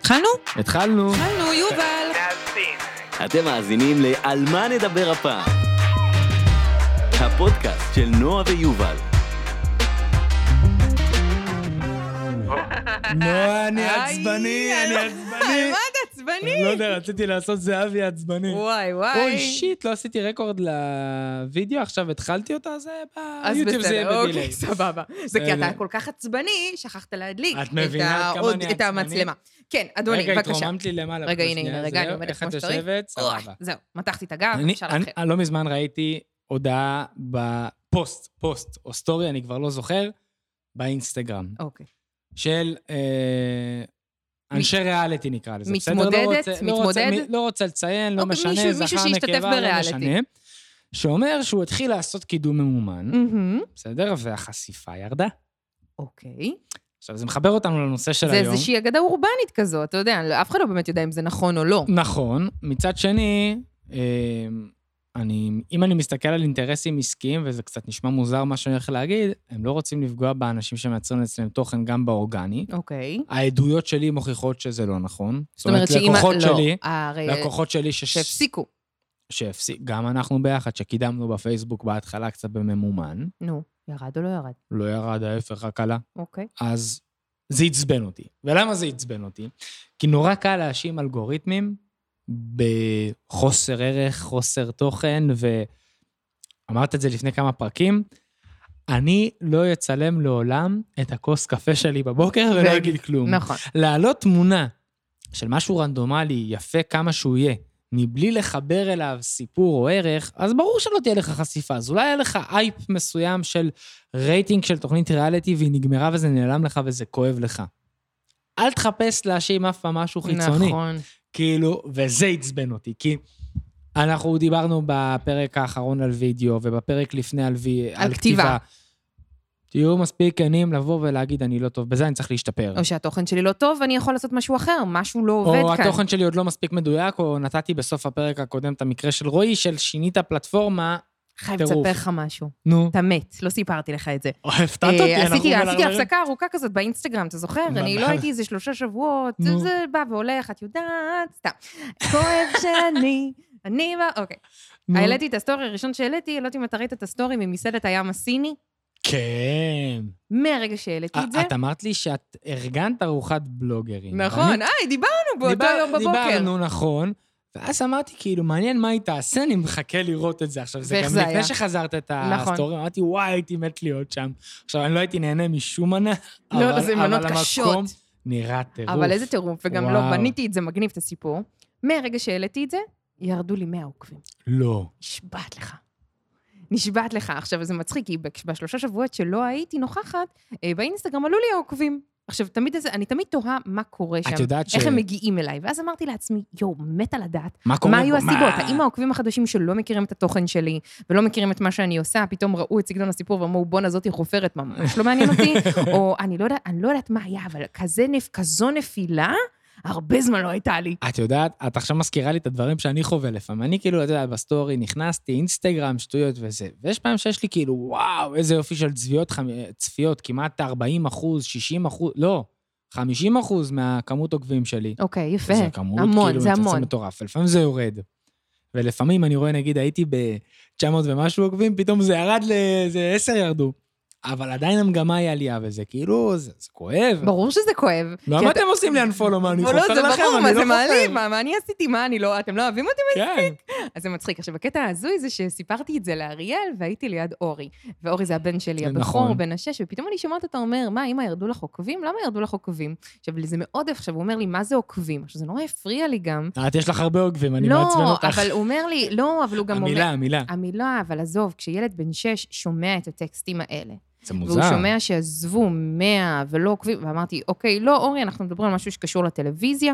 התחלנו, יובל. אתם מאזינים ל"על מה נדבר הפעם", הפודקאסט של נועה ויובל. נועה, אני עצבני. מה אתה עצבני? לא יודע, רציתי לעשות זהבי עצבני. וואי. אוי, שיט, לא עשיתי רקורד לוידאו, עכשיו התחלתי אותה, זה ביוטיוב, זה בסדר, בדילי. אוקיי, סבבה. זה כי אתה כל כך עצבני, שכחת להדליק את מבינה כמה אני את המצלמה. כן, אדוני, בבקשה. רגע, התרוממת לי למעלה. רגע, הנה, אני עומדת כמו שצריך. איך את יושבת? סבבה. זהו, מתחתי את הגב, אפשר להתחיל. לא מזמן ראיתי הודעה בפוסט, או סטורי, אני כבר לא זוכר, באינסטגרם. אוקיי. של אנשי ריאליטי נקרא לזה. מתמודד? לא רוצה לציין, לא משנה, זכר נקבה, לא משנה. שאומר שהוא התחיל לעשות קידום ממומן, בסדר? והחשיפה ירדה. אוקיי. עכשיו, זה מחבר אותנו לנושא של היום. זה איזושהי אגדה אורבנית כזאת, אתה יודע, אף אחד לא באמת יודע אם זה נכון או לא. נכון. מצד שני, אם אני מסתכל על אינטרסים עסקיים, וזה קצת נשמע מוזר מה שאני הולך להגיד, הם לא רוצים לפגוע באנשים שמייצרים אצלם תוכן גם באורגני. אוקיי. העדויות שלי מוכיחות שזה לא נכון. זאת אומרת לקוחות שלי שהפסיקו. גם אנחנו ביחד, שקידמנו בפייסבוק בהתחלה קצת בממומן. נו, ירד או לא ירד? לא ירד, ההפך, רק עלה. אוקיי. אז זה עצבן אותי. ולמה זה עצבן אותי? כי נורא קל להאשים אלגוריתמים בחוסר ערך, חוסר תוכן, ואמרת את זה לפני כמה פרקים, אני לא אצלם לעולם את הכוס קפה שלי בבוקר ולא אגיד כלום. נכון. להעלות תמונה של משהו רנדומלי, יפה כמה שהוא יהיה, מבלי לחבר אליו סיפור או ערך, אז ברור שלא תהיה לך חשיפה. אז אולי יהיה לך אייפ מסוים של רייטינג של תוכנית ריאליטי, והיא נגמרה וזה נעלם לך וזה כואב לך. אל תחפש להאשים אף פעם משהו חיצוני. נכון. כאילו, וזה עצבן אותי, כי אנחנו דיברנו בפרק האחרון על וידאו, ובפרק לפני על כתיבה. תהיו מספיק כנים לבוא ולהגיד, אני לא טוב, בזה אני צריך להשתפר. או שהתוכן שלי לא טוב, ואני יכול לעשות משהו אחר, משהו לא עובד כאן. או התוכן שלי עוד לא מספיק מדויק, או נתתי בסוף הפרק הקודם את המקרה של רועי, של שינית פלטפורמה, חייב לספר לך משהו. נו. אתה מת, לא סיפרתי לך את זה. הפתעת אותי, עשיתי הפסקה ארוכה כזאת באינסטגרם, אתה זוכר? אני לא הייתי איזה 3 שבועות, זה בא והולך, את יודעת, סתם. כואב שאני בא, אוקיי. העליתי את הסטורי הראשון שהעליתי, לא יודעת אם אתה ראית את הסטורי ממסעדת הים הסיני. כן. מהרגע שהעליתי את זה. את אמרת לי שאת ארגנת ארוחת בלוגרים. נכון, דיברנו באותו יום בבוקר. דיברנו, נכון. ואז אמרתי, כאילו, מעניין מה היא תעשה, אני מחכה לראות את זה. עכשיו, זה גם לפני שחזרת את הסטורי, אמרתי, וואי, הייתי מת להיות שם. עכשיו, אני לא הייתי נהנה משום מנה, לא, זה מנות קשות. המקום נראה טירוף. אבל איזה טירוף, וגם לא, בניתי את זה, מגניב את הסיפור. מהרגע שהעליתי את זה, ירדו לי 100 עוקבים. לא. נשבעת לך. עכשיו, זה מצחיק, כי ב3 שבועות שלא הייתי נוכחת, באינסטגרם עלו לי העוקבים. עכשיו, אני תמיד תוהה מה קורה שם, איך הם מגיעים אליי, ואז אמרתי לעצמי, מת על הדעת, מה היו הסיבות? האם העוקבים החדשים שלא מכירים את התוכן שלי, ולא מכירים את מה שאני עושה, פתאום ראו את סגנון הסיפור, ואמרו, בונה זאתי חופרת, ממש לא מעניין אותי, או אני לא יודעת מה היה, אבל כזו נפילה, הרבה זמן לא הייתה לי. את יודעת, את עכשיו מזכירה לי את הדברים שאני חווה לפעמים. אני כאילו, אתה יודע, בסטורי נכנסתי, אינסטגרם, שטויות וזה. ויש פעם שיש לי כאילו, וואו, איזה יופי של צפיות, כמעט 40%, 60%, לא, 50% מהכמות עוקבים שלי. אוקיי, יפה. זה כמות, המון, כאילו, זה המון. מצלצל מטורף. לפעמים זה יורד. ולפעמים אני רואה, נגיד, הייתי ב-900 ומשהו עוקבים, פתאום זה ירד לאיזה 10 ירדו. אבל עדיין המגמה היא עלייה, וזה כאילו, זה כואב. ברור שזה כואב. למה אתם עושים לי unfollow? מה, אני חופר לכם? לא, זה ברור, מה זה מעליב? חופר. מה אני עשיתי? מה אני לא, אתם לא אוהבים אותי מספיק? כן. אז זה מצחיק. עכשיו, בקטע הזוי זה שסיפרתי את זה לאריאל, והייתי ליד אורי. ואורי זה הבן שלי, הבכור, בן 6, ופתאום אני שומעת אותו אומר, מה, אמא, ירדו לך עוקבים? למה ירדו לך עוקבים? עכשיו, זה מאוד עכשיו, הוא אומר לי, מה זה עוקבים? עכשיו, זה נורא הפריע לי גם. יש לך הרבה עוקבים, אני מעצבן אותך. לא, אבל הוא אומר לי, לא, אבל הוא גם אומר... המילה. אבל עזוב, כשילד בן 6 שומע את הטקסטים האלה, זה מוזר. והוא שומע שעזבו 100 ולא עוקבים, ואמרתי, אוקיי, לא, אורי, אנחנו מדברים על משהו שקשור לטלוויזיה,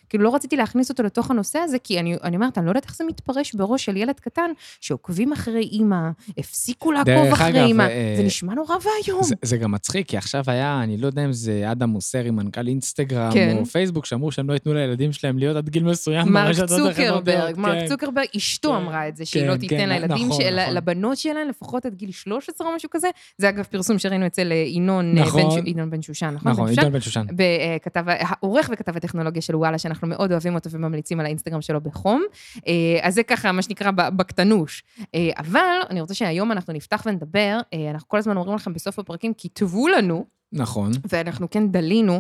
כאילו לא רציתי להכניס אותו לתוך הנושא הזה, כי אני אומרת, אני לא יודעת איך זה מתפרש בראש של ילד קטן, שעוקבים אחרי אימא, הפסיקו לעקוב אחרי אימא, זה נשמע נורא והיום. זה גם מצחיק, כי עכשיו היה, אני לא יודע אם זה אדם מוסרי, מנכ"ל אינסטגרם או פייסבוק, שאמרו שהם לא ייתנו לילדים שלהם להיות עד גיל מסוים. מרק צוקרברג, אשתו אמרה את זה, שהיא לא תיתן לילדים, לבנות שלהם, לפחות עד גיל 13 או משהו כזה. זה אגב פרסום שראינו אצל ינון בן שושן, נכון? ינון בן שושן. עורך וכתב הטכנולוגיה של וואלה, שאנחנו מאוד אוהבים אותו וממליצים על האינסטגרם שלו בחום. אז זה ככה, מה שנקרא, בקטנוש. אבל אני רוצה שהיום אנחנו נפתח ונדבר, אנחנו כל הזמן אומרים לכם בסוף הפרקים, כתבו לנו, נכון. ואנחנו כן דלינו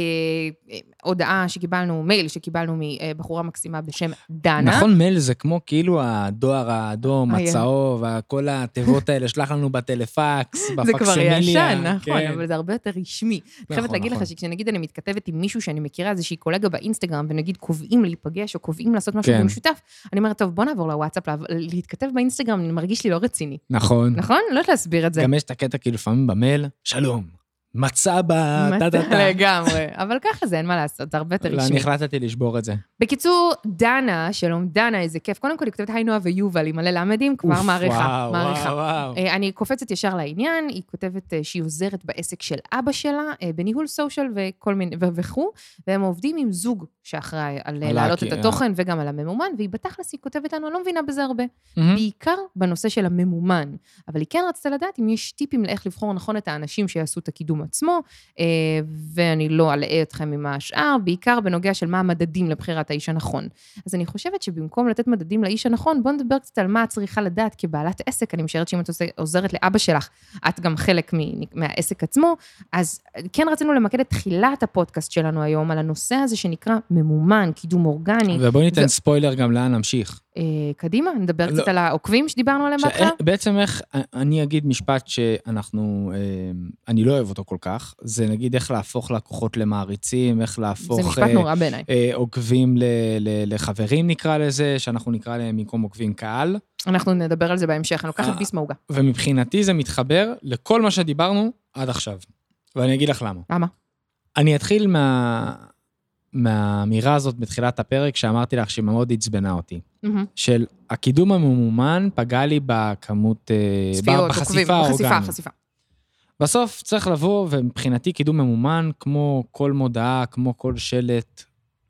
הודעה שקיבלנו, מייל שקיבלנו מבחורה מקסימה בשם דנה. נכון, מייל זה כמו כאילו הדואר האדום, הצהוב, כל התיבות האלה, שלח לנו בטלפקס, בפקסמיליה. זה כבר ישן, נכון, אבל זה הרבה יותר רשמי. אני חייבת להגיד לך שכשנגיד אני מתכתבת עם מישהו שאני מכירה, איזושהי קולגה באינסטגרם, ונגיד קובעים להיפגש או קובעים לעשות משהו במשותף, אני אומרת, טוב, בוא נעבור לוואטסאפ, להתכתב באינסטגרם, אני מרגיש לי לא רציני. נכון. נכון? לא להסביר את זה. גם יש את הקטע כאילו לפעמים במייל, שלום. מצא לגמרי, אבל ככה זה, אין מה לעשות, זה הרבה יותר רשמי. אני החלטתי לשבור את זה. בקיצור, דנה, שלום דנה, איזה כיף. קודם כל, היא כותבת, היי נועה ויובל, עם מלא למדים, כבר מעריכה. אני קופצת ישר לעניין, היא כותבת שהיא עוזרת בעסק של אבא שלה, בניהול סושיאל וכל מיני, וכו', והם עובדים עם זוג שאחראי על להעלות את התוכן וגם על הממומן, והיא בתכלס, היא כותבת לנו, אני לא מבינה בזה הרבה, בעיקר בנושא של הממומן. אבל היא כן רצתה לדעת אם יש טיפים לאיך לבחור נכון את האנשים שיעשו את הקידום עצמו, ואני לא אלאה אתכם עם השאר, בעיקר בנוגע של מה המדדים לבחירת האיש הנכון. אז אני חושבת שבמקום לתת מדדים לאיש הנכון, בוא נדבר קצת על מה את צריכה לדעת כבעלת עסק, אני משערת שאם את עוזרת לאבא שלך, את גם חלק מהעסק עצמו, אז כן רצינו למקד את תחילת הפודקאסט שלנו היום, על הנושא הזה שנקרא ממומן, קידום אורגני. ובואי ניתן ספוילר גם לאן נמשיך. קדימה, נדבר קצת על העוקבים שדיברנו עליהם בהתחלה. בעצם איך, אני אגיד משפט שאנחנו, אני לא אוהב אותו כל כך, זה נגיד איך להפוך לקוחות למעריצים, איך להפוך... זה משפט נורא בעיניי. עוקבים לחברים נקרא לזה, שאנחנו נקרא להם במקום עוקבים קהל. אנחנו נדבר על זה בהמשך, אני לוקחת ביס מהוגה. ומבחינתי זה מתחבר לכל מה שדיברנו עד עכשיו. ואני אגיד לך למה. למה? אני אתחיל מהאמירה הזאת בתחילת הפרק, שאמרתי לך שהיא מאוד עצבנה אותי. של הקידום הממומן פגע לי בכמות, בחשיפה האורגנית. חשיפה. בסוף צריך לבוא, ומבחינתי קידום ממומן, כמו כל מודעה, כמו כל שלט,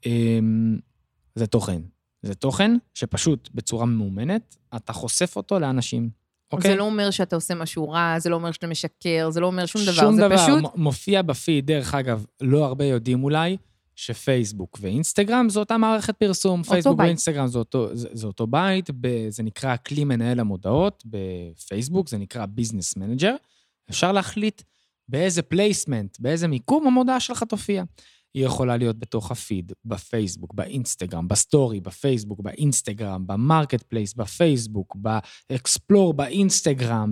זה תוכן. זה תוכן שפשוט בצורה ממומנת, אתה חושף אותו לאנשים. זה לא אומר שאתה עושה משהו רע, זה לא אומר שאתה משקר, זה לא אומר שום דבר. שום דבר, פשוט... מופיע בפיד, דרך אגב, לא הרבה יודעים אולי, שפייסבוק ואינסטגרם זו אותה מערכת פרסום, פייסבוק ואינסטגרם זה אותו בית, זה נקרא כלי מנהל המודעות, בפייסבוק זה נקרא ביזנס מנג'ר, אפשר להחליט באיזה פלייסמנט, באיזה מיקום המודעה שלך תופיע. היא יכולה להיות בתוך הפיד, בפייסבוק, באינסטגרם, בסטורי, בפייסבוק, באינסטגרם, במרקט פלייס, בפייסבוק, באקספלור, באינסטגרם,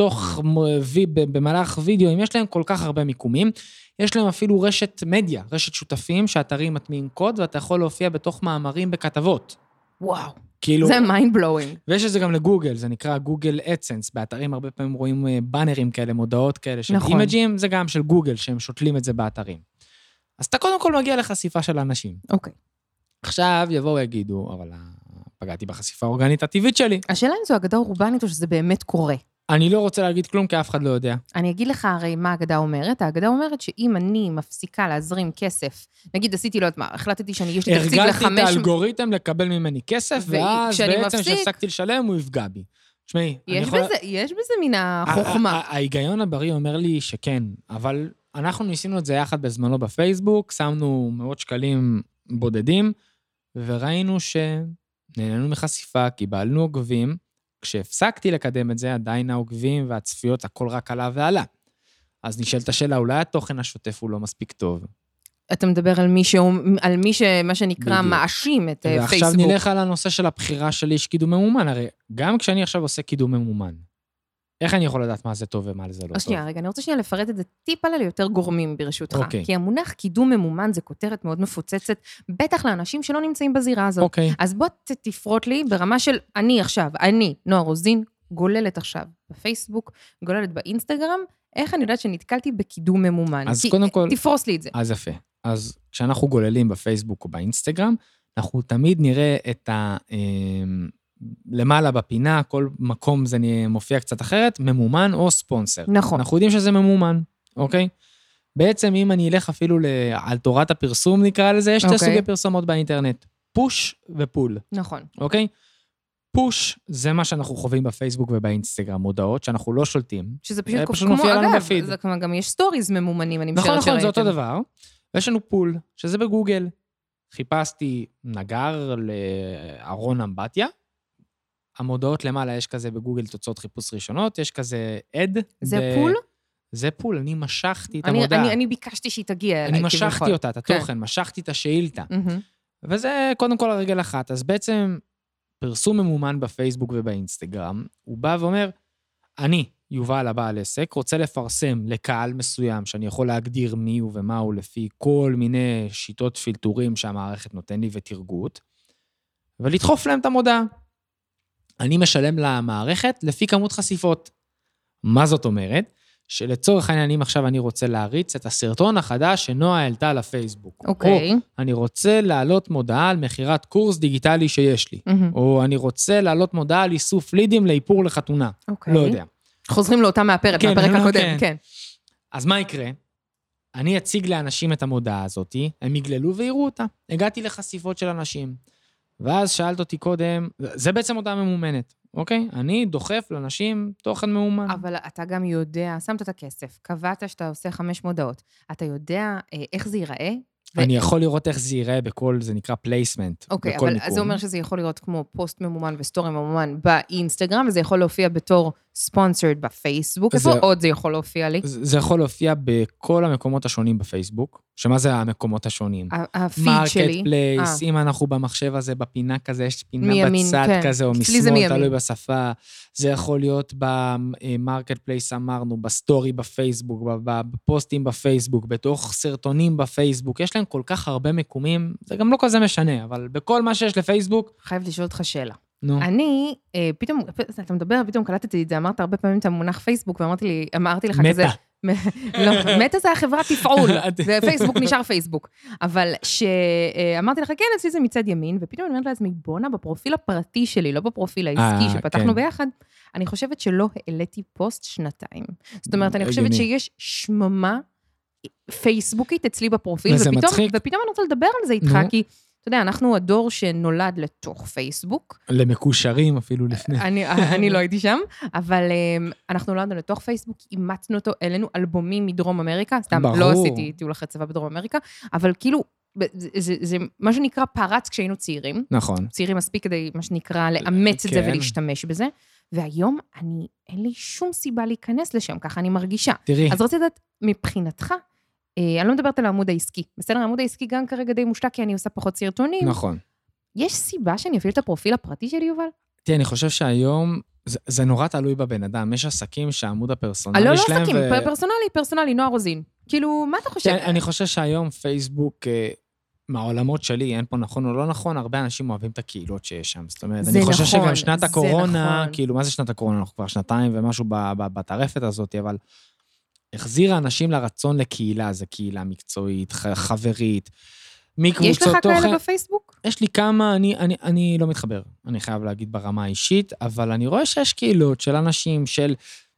במהלך וידאו, אם יש להם כל כך הרבה מיקומים, יש להם אפילו רשת מדיה, רשת שותפים, שאתרים מטמיעים קוד, ואתה יכול להופיע בתוך מאמרים בכתבות. וואו. כאילו, זה mind blowing. ויש את זה גם לגוגל, זה נקרא גוגל אדסנס, באתרים הרבה פעמים רואים באנרים כאלה, מודעות כאלה של אימג'ים, זה גם של גוגל, שהם שותלים את זה באתרים. אז אתה קודם כל מגיע לחשיפה של האנשים. אוקיי. עכשיו יבואו יגידו, אבל פגעתי בחשיפה האורגנית הטבעית שלי. השאלה אם זו אגדה אורבנית או שזה באמת קורה. אני לא רוצה להגיד כלום, כי אף אחד לא יודע. אני אגיד לך הרי מה האגדה אומרת. האגדה אומרת שאם אני מפסיקה להזרים כסף, נגיד עשיתי לו את מה, החלטתי שאני, יש לי תקציב הרגלתי את האלגוריתם לקבל ממני כסף, ואז בעצם שהפסקתי לשלם, הוא יפגע בי. תשמעי, יש בזה מן החוכמה. ההיגיון הבריא אומר לי שכן, אבל אנחנו ניסינו את זה יחד בזמנו בפייסבוק, שמנו מאות שקלים בודדים, וראינו שנהנינו מחשיפה, קיבלנו עוקבים, כשהפסקתי לקדם את זה, עדיין העוקבים והצפיות, הכל רק עלה ועלה. אז נשאלת השאלה, אולי התוכן השוטף הוא לא מספיק טוב. אתה מדבר על מי שמה שנקרא מאשים את פייסבוק. ועכשיו נלך על הנושא של הבחירה של איש קידום ממומן, הרי גם כשאני עכשיו עושה קידום ממומן, איך אני יכול לדעת מה זה טוב ומה זה לא טוב? שנייה, רגע, אני רוצה שנייה לפרט את זה טיפה ליותר גורמים ברשותך. כי המונח קידום ממומן זה כותרת מאוד מפוצצת, בטח לאנשים שלא נמצאים בזירה הזאת. אז בוא תפרוט לי ברמה של אני עכשיו, נועה רוזין, גוללת עכשיו בפייסבוק, גוללת באינסטגרם, איך אני יודעת שנתקלתי בקידום ממומן? אז קודם כל... תפרוס לי את זה. אז יפה. אז כשאנחנו גוללים בפייסבוק או באינסטגרם, אנחנו תמיד נראה את למעלה בפינה, כל מקום זה מופיע קצת אחרת, ממומן או ספונסר. נכון. אנחנו יודעים שזה ממומן, אוקיי? בעצם אם אני אלך אפילו על תורת הפרסום, נקרא לזה, יש שתי סוגי פרסומות באינטרנט. פוש ופול. נכון. אוקיי? פוש זה מה שאנחנו חווים בפייסבוק ובאינסטגרם, מודעות שאנחנו לא שולטים. שזה פשוט כמו, אגב, זה גם יש סטוריז ממומנים, אני משערת שראיתם. נכון, זה אותו דבר. ויש לנו פול, שזה בגוגל. חיפשתי נגר לארון אמבטיה. המודעות למעלה יש כזה בגוגל תוצאות חיפוש ראשונות, יש כזה עד. זה פול? זה פול, אני משכתי את המודעה. אני ביקשתי שהיא תגיע אליי. אני משכתי אותה, את התוכן, משכתי את השאילתה. וזה קודם כל הרגל אחת. אז בעצם פרסום ממומן בפייסבוק ובאינסטגרם, הוא בא ואומר, אני, יובל הבעל עסק, רוצה לפרסם לקהל מסוים, שאני יכול להגדיר מי הוא ומה הוא לפי כל מיני שיטות פילטורים שהמערכת נותן לי ותרגות, ולדחוף להם את המודעה. אני משלם למערכת לפי כמות חשיפות. מה זאת אומרת? שלצורך העניין, עכשיו אני רוצה להריץ את הסרטון החדש שנועה העלתה לפייסבוק. אוקיי. או אני רוצה להעלות מודעה על מחירת קורס דיגיטלי שיש לי. או אני רוצה להעלות מודעה על איסוף לידים לאיפור לחתונה. אוקיי. לא יודע. חוזרים לאותה מהפרק הקודם, כן. אז מה יקרה? אני אציג לאנשים את המודעה הזאת, הם יגללו ויראו אותה. הגעתי לחשיפות של אנשים. ואז שאלת אותי קודם, זה בעצם מודעה ממומנת. אוקיי? אני דוחף לאנשים תוכן מאומן. אבל אתה גם יודע, שמת את הכסף, קבעת שאתה עושה 5 מודעות, אתה יודע איך זה ייראה? אני יכול לראות איך זה ייראה בכל, זה נקרא פלייסמנט. אוקיי, אבל זה אומר שזה יכול לראות כמו פוסט ממומן וסטורי ממומן באינסטגרם, וזה יכול להופיע בתור ספונסרד בפייסבוק, איפה עוד זה יכול להופיע לי? זה יכול להופיע בכל המקומות השונים בפייסבוק, שמה זה המקומות השונים? הפיד שלי. מרקט פלייס, אם אנחנו במחשב הזה, בפינה כזה, יש פינה בצד כזה, או משמאל, תלוי בשפה, זה יכול להיות במרקט פלייס, אמרנו, בסטורי בפייסבוק, בפוסטים בפייסבוק, בתוך סרטונים בפייסבוק, יש להם כל כך הרבה מקומים, זה גם לא כזה משנה, אבל בכל מה שיש לפייסבוק... חייב לשאול אותך שאלה. אני, פתאום, אתה מדבר, פתאום קלטתי את זה, אמרת הרבה פעמים את המונח פייסבוק, ואמרתי לך כזה... לא, מטה זה החברה תפעול, ופייסבוק נשאר פייסבוק. אבל שאמרתי לך, כן, אצלי זה מצד ימין, ופתאום אני אומרת לעצמי, בונה בפרופיל הפרטי שלי, לא בפרופיל העסקי שפתחנו ביחד, אני חושבת שלא העליתי פוסט 2 זאת אומרת, אני חושבת שיש שממה פייסבוקית אצלי בפרופיל, ופתאום אני רוצה לדבר על זה איתך, כי אתה יודע, אנחנו הדור שנולד לתוך פייסבוק. למקושרים אפילו לפני. אני לא הייתי שם, אבל אנחנו נולדנו לתוך פייסבוק, אימצנו אותו אלינו אלבומים מדרום אמריקה, סתם לא עשיתי טיול אחרי צבא בדרום אמריקה, אבל כאילו, זה מה שנקרא פרץ כשהיינו צעירים. נכון. צעירים מספיק כדי, מה שנקרא, לאמץ את זה ולהשתמש בזה, והיום אין לי שום סיבה להיכנס לשם, ככה אני מרגישה. תראי. אז רציתי לדעת, מבחינתך, אני לא מדברת על העמוד העסקי. בסדר, העמוד העסקי גם כרגע די מושתק, כי אני עושה פחות סרטונים. נכון. יש סיבה שאני אפעיל את הפרופיל הפרטי שלי, יובל? תראה, אני חושב שהיום, זה נורא תלוי בבן אדם. יש עסקים שהעמוד הפרסונלי שלהם... לא עסקים, פרסונלי, נועה רוזין. כאילו, מה אתה חושב? אני חושב שהיום פייסבוק, מהעולמות שלי, אין פה נכון או לא נכון, הרבה אנשים אוהבים את הקהילות שיש שם. זאת אומרת, אני חושב שגם שנת הקורונה, כאילו, מה זה שנת הקורונה? אנחנו כבר 2 ומשהו בטרפת הזאת, אבל החזיר האנשים לרצון לקהילה, זה קהילה מקצועית, חברית, מקבוצות תוכן. יש לך כאלה בפייסבוק? יש לי כמה, אני לא מתחבר, אני חייב להגיד ברמה האישית, אבל אני רואה שיש קהילות של אנשים, של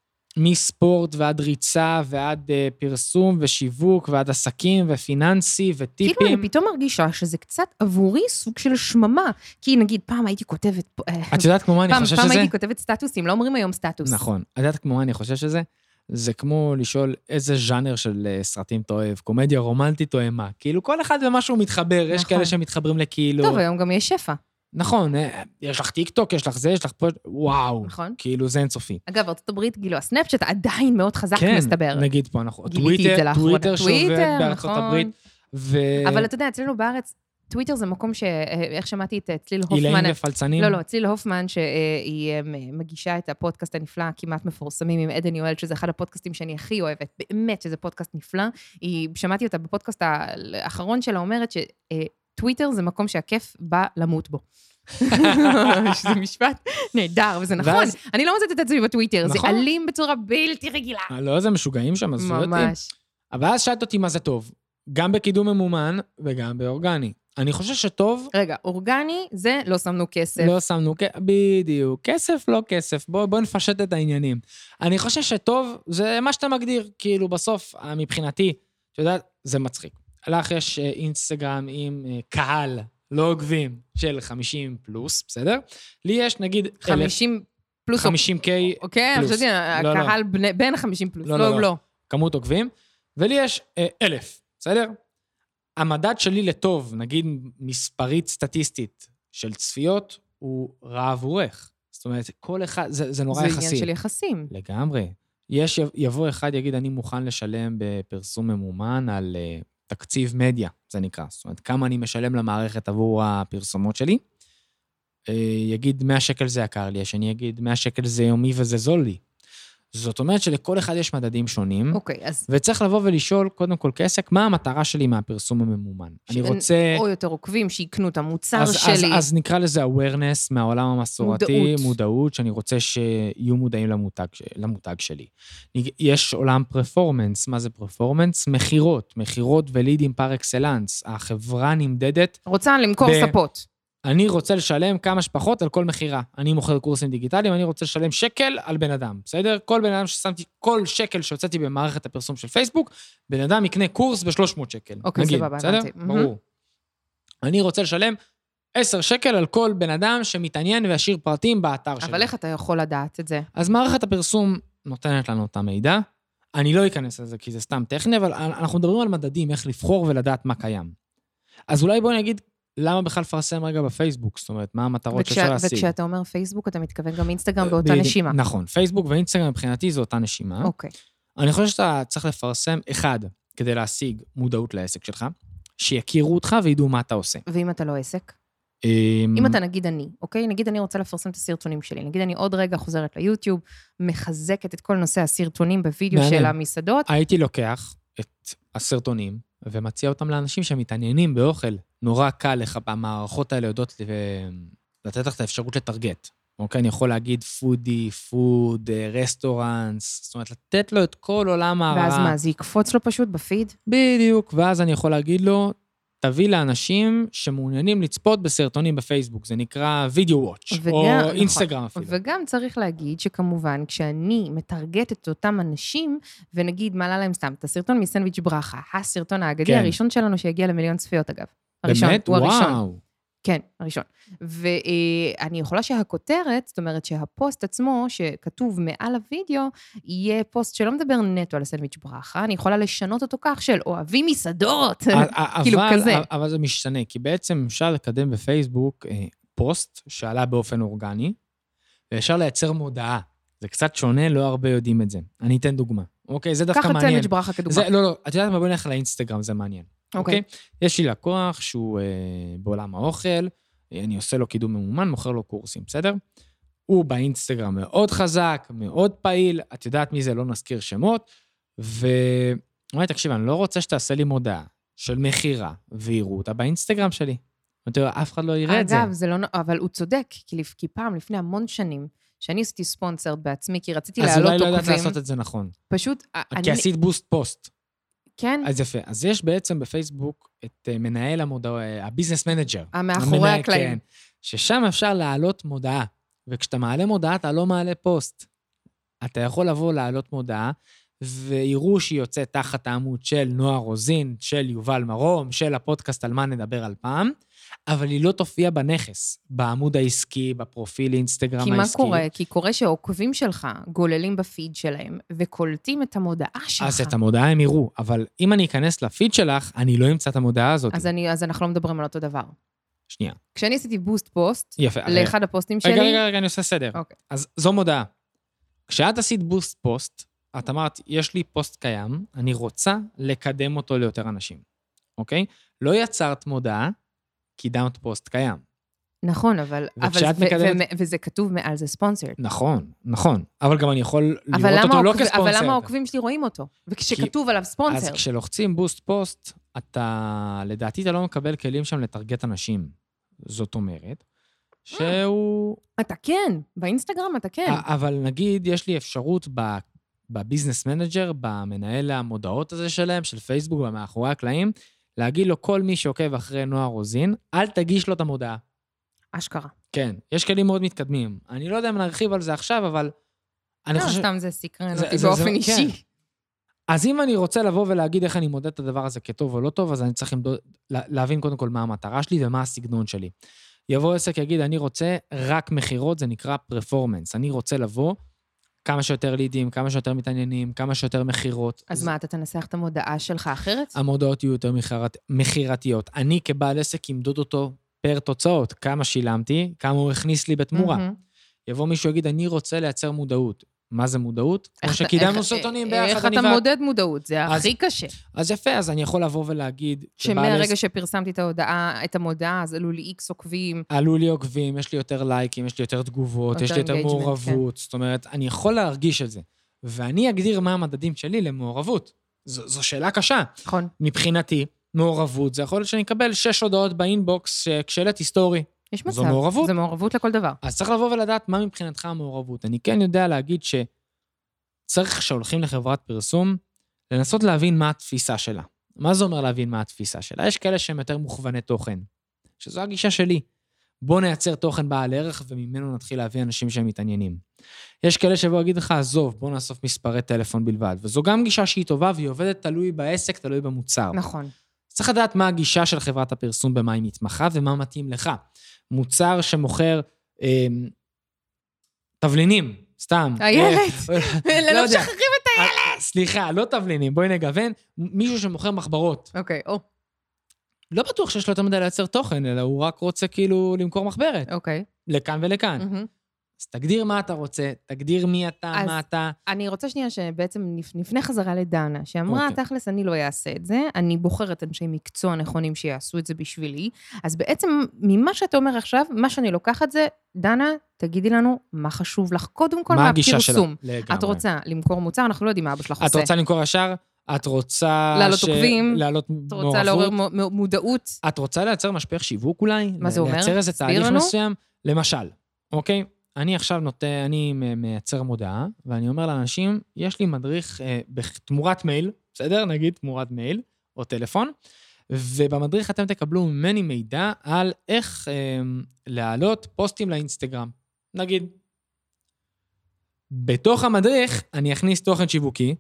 מספורט ועד ריצה, ועד פרסום ושיווק, ועד עסקים ופיננסי וטיפים. כאילו אני פתאום מרגישה שזה קצת עבורי סוג של שממה, כי נגיד פעם הייתי כותבת... את יודעת כמו מה אני חושב שזה? פעם הייתי כותבת סטטוסים, לא אומרים היום סטטוס. נכון, את יודעת כמו מה אני חושב שזה? זה כמו לשאול איזה ז'אנר של סרטים אתה אוהב, קומדיה רומנטית או מה. כאילו כל אחד ומשהו מתחבר, יש כאלה שמתחברים לקהילות. טוב, היום גם יש שפע. נכון, יש לך טיק טוק, יש לך זה, יש לך פה, וואו. נכון. כאילו זה אינסופי. אגב, ארצות הברית, כאילו הסנאפצ'אט עדיין מאוד חזק מסתבר. כן, נגיד פה אנחנו, טוויטר שעובד בארצות הברית. אבל אתה יודע, אצלנו בארץ, טוויטר זה מקום איך שמעתי את צליל הופמן. אילאים ופלצנים? לא, צליל הופמן, שהיא מגישה את הפודקאסט הנפלא, כמעט מפורסמים עם עדן יואל, שזה אחד הפודקאסטים שאני הכי אוהבת, באמת שזה פודקאסט נפלא. שמעתי אותה בפודקאסט האחרון שלה אומרת שטוויטר זה מקום שהכיף בא למות בו. שזה משפט נהדר, וזה נכון. אני לא מוצאת את עצמי בטוויטר, זה אלים בצורה בלתי רגילה. לא, זה משוגעים שם, עזבו אותי. ממש. אבל אז שאלת אותי מה זה טוב, גם בקידום ממומן וגם באורגני. אני חושב שטוב... רגע, אורגני זה לא שמנו כסף. לא שמנו, בדיוק. כסף, לא כסף. בוא נפשט את העניינים. אני חושב שטוב זה מה שאתה מגדיר, כאילו בסוף, מבחינתי, אתה יודע, זה מצחיק. לך יש אינסטגרם עם קהל לא עוקבים של 50 פלוס, בסדר? לי יש נגיד 50 פלוס. 50K פלוס. אוקיי, אני חושבת, הקהל בין 50 פלוס, לא. כמות עוקבים, ולי יש 1,000, בסדר? המדד שלי לטוב, נגיד מספרית סטטיסטית של צפיות, הוא רע עבורך. זאת אומרת, כל אחד, זה נורא יחסי. זה עניין של יחסים. לגמרי. יבוא אחד יגיד, אני מוכן לשלם בפרסום ממומן על תקציב מדיה, זה נקרא. זאת אומרת, כמה אני משלם למערכת עבור הפרסומות שלי. יגיד 100 שקל זה יקר לי, שאני אגיד 100 שקל זה יומי וזה זול לי. זאת אומרת שלכל אחד יש מדדים שונים, וצריך לבוא ולשאול, קודם כל כעסק, מה המטרה שלי מהפרסום הממומן? אני רוצה... או יותר עוקבים, שיקנו את המוצר שלי. אז נקרא לזה awareness מהעולם המסורתי, מודעות, שאני רוצה שיהיו מודעים למותג שלי. יש עולם פרפורמנס, מה זה פרפורמנס? מחירות ולידים פר אקסלנס. החברה נמדדת... רוצה למכור ספות. אני רוצה לשלם כמה שפחות על כל מחירה. אני מוכר קורסים דיגיטליים, אני רוצה לשלם שקל על בן אדם, בסדר? כל בן אדם ששמתי, כל שקל שהוצאתי במערכת הפרסום של פייסבוק, בן אדם יקנה קורס ב-300 שקל. אוקיי, סבבה, בסדר? ברור. אני רוצה לשלם 10 שקל על כל בן אדם שמתעניין וישאיר פרטים באתר שלי. אבל איך אתה יכול לדעת את זה? אז מערכת הפרסום נותנת לנו את המידע. אני לא אכנס לזה כי זה סתם טכני, אבל אנחנו מדברים על מדדים, איך לבחור ולדעת מה קיים. אז אולי בואו נגיד, למה בכלל לפרסם רגע בפייסבוק? זאת אומרת, מה המטרות שאפשר להשיג? וכשאתה אומר פייסבוק, אתה מתכוון גם אינסטגרם באותה נשימה. נכון, פייסבוק ואינסטגרם מבחינתי זו אותה נשימה. אוקיי. אני חושב שאתה צריך לפרסם אחד, כדי להשיג מודעות לעסק שלך, שיכירו אותך וידעו מה אתה עושה. ואם אתה לא עסק? אם אתה נגיד אני, אוקיי? נגיד אני רוצה לפרסם את הסרטונים שלי, נגיד אני עוד רגע חוזרת ליוטיוב, מחזקת את כל נושא הסרטונים בווידאו של המסעדות. הייתי לוקח את הסרטונים ומציע אותם לאנשים שמתעניינים באוכל. נורא קל לך במערכות האלה יודעות לתת לך את האפשרות לטרגט. אוקיי? אני יכול להגיד פודי, פוד, רסטורנס, זאת אומרת, לתת לו את כל עולם הערעה. ואז מה, זה יקפוץ לו פשוט בפיד? בדיוק, ואז אני יכול להגיד לו, תביא לאנשים שמעוניינים לצפות בסרטונים בפייסבוק, זה נקרא וידאו וואץ', או אינסטגרם אפילו. וגם צריך להגיד שכמובן, כשאני מטרגט את אותם אנשים, ונגיד, מעלה להם סתם, את הסרטון מסנדוויץ' ברכה, הסרטון האגדי הראשון שלנו שהגיע ל1,000,000 צפיות, אגב. באמת? וואו. כן, הראשון. ואני יכולה שהכותרת, זאת אומרת שהפוסט עצמו, שכתוב מעל הוידאו, יהיה פוסט שלא מדבר נטו על הסנדוויץ' ברכה, אני יכולה לשנות אותו כך של אוהבים מסעדות, כאילו כזה. אבל זה משתנה, כי בעצם אפשר לקדם בפייסבוק פוסט שעלה באופן אורגני, ואפשר לייצר מודעה. זה קצת שונה, לא הרבה יודעים את זה. אני אתן דוגמה. אוקיי, זה דווקא מעניין. קח את סנדוויץ' ברכה כדוגמה. לא, את יודעת מה, בוא נלך לאינסטגרם, זה מעניין. אוקיי? יש לי לקוח שהוא בעולם האוכל, אני עושה לו קידום ממומן, מוכר לו קורסים, בסדר? הוא באינסטגרם מאוד חזק, מאוד פעיל, את יודעת מי זה, לא נזכיר שמות, ואומרי, תקשיב, אני לא רוצה שתעשה לי מודעה של מחירה, ויראו אותה באינסטגרם שלי. אף אחד לא יראה את זה. אגב, זה לא, אבל הוא צודק, כי פעם, לפני המון שנים, שאני עשיתי ספונסרד בעצמי, כי רציתי להעלות עוקבים. אז אולי לא יודעת לעשות את זה נכון. פשוט, כי עשית בוסט פוסט. כן. אז יפה. אז יש בעצם בפייסבוק את מנהל המודעה, הביזנס מנג'ר. מאחורי הקלעים. כן, ששם אפשר להעלות מודעה, וכשאתה מעלה מודעה, אתה לא מעלה פוסט. אתה יכול לבוא להעלות מודעה, ויראו שהיא יוצאת תחת העמוד של נועה רוזין, של יובל מרום, של הפודקאסט על מה נדבר על פעם, אבל היא לא תופיע בנכס, בעמוד העסקי, בפרופיל אינסטגרם העסקי. כי מה קורה? כי קורה שהעוקבים שלך גוללים בפיד שלהם, וקולטים את המודעה שלך. אז את המודעה הם יראו, אבל אם אני אכנס לפיד שלך, אני לא אמצא את המודעה הזאת. אז אנחנו לא מדברים על אותו דבר. שנייה. כשאני עשיתי בוסט פוסט, לאחד הפוסטים שלי... רגע, אני עושה סדר. אז זו מודעה. כשאת עשית בוסט פוסט, את אמרת, יש לי פוסט קיים, אני רוצה לקדם אותו ליותר אנשים. אוקיי? לא יצרת מודעה, קידמת פוסט קיים. נכון, אבל וזה כתוב מעל זה ספונסרד. נכון. אבל גם אני יכול לראות אותו לא כספונסרד. אבל למה העוקבים שלי רואים אותו? וכשכתוב עליו ספונסרד. אז כשלוחצים בוסט פוסט, לדעתי אתה לא מקבל כלים שם לטרגט אנשים. זאת אומרת, שהוא... אתה כן, באינסטגרם אתה כן. אבל נגיד, יש לי אפשרות בביזנס מנג'ר, במנהל המודעות הזה שלהם, של פייסבוק ומאחורי הקלעים, להגיד לו כל מי שעוקב אחרי נועה רוזין, אל תגיש לו את המודעה. אשכרה. כן, יש כלים מאוד מתקדמים. אני לא יודע אם נרחיב על זה עכשיו, אבל... לא, סתם זה סקרן אותי באופן אישי. אז אם אני רוצה לבוא ולהגיד איך אני מודד את הדבר הזה כטוב או לא טוב, אז אני צריך להבין קודם כל מה המטרה שלי ומה הסגנון שלי. יבוא עסק, יגיד, אני רוצה רק מחירות, זה נקרא פרפורמנס. אני רוצה לבוא כמה שיותר לידים, כמה שיותר מתעניינים, כמה שיותר מחירות. אז מה, אתה תנסח את המודעה שלך אחרת? המודעות יהיו יותר מחירתיות. אני כבעל עסק אמדוד אותו פר תוצאות, כמה שילמתי, כמה הוא הכניס לי בתמורה. יבוא מישהו יגיד, אני רוצה לייצר מודעות. מה זה מודעות? כמו שקידמנו סרטונים ביחד. איך אתה מודד מודעות? זה הכי קשה. אז יפה, אז אני יכול לבוא ולהגיד... שמהרגע שפרסמתי את המודעה, אז עלו לי איקס עוקבים. עלו לי עוקבים, יש לי יותר לייקים, יש לי יותר תגובות, יש לי יותר מעורבות. זאת אומרת, אני יכול להרגיש את זה. ואני אגדיר מה המדדים שלי למעורבות. זו שאלה קשה. נכון. מבחינתי, מעורבות, זה יכול להיות שאני אקבל 6 הודעות באינבוקס כשלט היסטורי. יש מצב. זו מעורבות. זה מעורבות לכל דבר. אז צריך לבוא ולדעת מה מבחינתך המעורבות. אני כן יודע להגיד שצריך שהולכים לחברת פרסום, לנסות להבין מה התפיסה שלה. מה זה אומר להבין מה התפיסה שלה? יש כאלה שהם יותר מוכווני תוכן, שזו הגישה שלי. בוא נייצר תוכן בעל ערך, וממנו נתחיל להביא אנשים שהם מתעניינים. יש כאלה שבוא אגיד לך, עזוב, בוא נאסוף מספרי טלפון בלבד. וזו גם גישה שהיא טובה, והיא עובדת תלוי בעסק, תלוי במוצר. נכון. צריך לדעת מה הגישה של חברת הפרסום, במה היא מתמחה, ומה מתאים לך. מוצר שמוכר תבלינים, סתם. הילד. לא משחררים את הילד. סליחה, לא תבלינים, בואי נגוון. מישהו שמוכר מחברות. אוקיי, או. לא בטוח שיש לו יותר מדי לייצר תוכן, אלא הוא רק רוצה כאילו למכור מחברת. אוקיי. לכאן ולכאן. אז תגדיר מה אתה רוצה, תגדיר מי אתה, מה אתה. אני רוצה שנייה שבעצם נפנה חזרה לדנה, שאמרה, תכלס, אני לא אעשה את זה, אני בוחרת אנשי מקצוע נכונים שיעשו את זה בשבילי, אז בעצם ממה שאתה אומר עכשיו, מה שאני לוקחת זה, דנה, תגידי לנו מה חשוב לך, קודם כל מהפרסום. את רוצה למכור מוצר, אנחנו לא יודעים מה אבא שלך עושה. את רוצה למכור ישר, את רוצה... לעלות עוקבים, לעלות את רוצה לעורר מודעות. את רוצה לייצר משפך שיווק אולי? מה זה אומר? לייצר איזה תהליך מסוים, למשל, אוקיי? אני עכשיו אני מייצר מודעה, ואני אומר לאנשים, יש לי מדריך בתמורת מייל, בסדר? נגיד תמורת מייל או טלפון, ובמדריך אתם תקבלו ממני מידע על איך להעלות פוסטים לאינסטגרם. נגיד, בתוך המדריך אני אכניס תוכן שיווקי,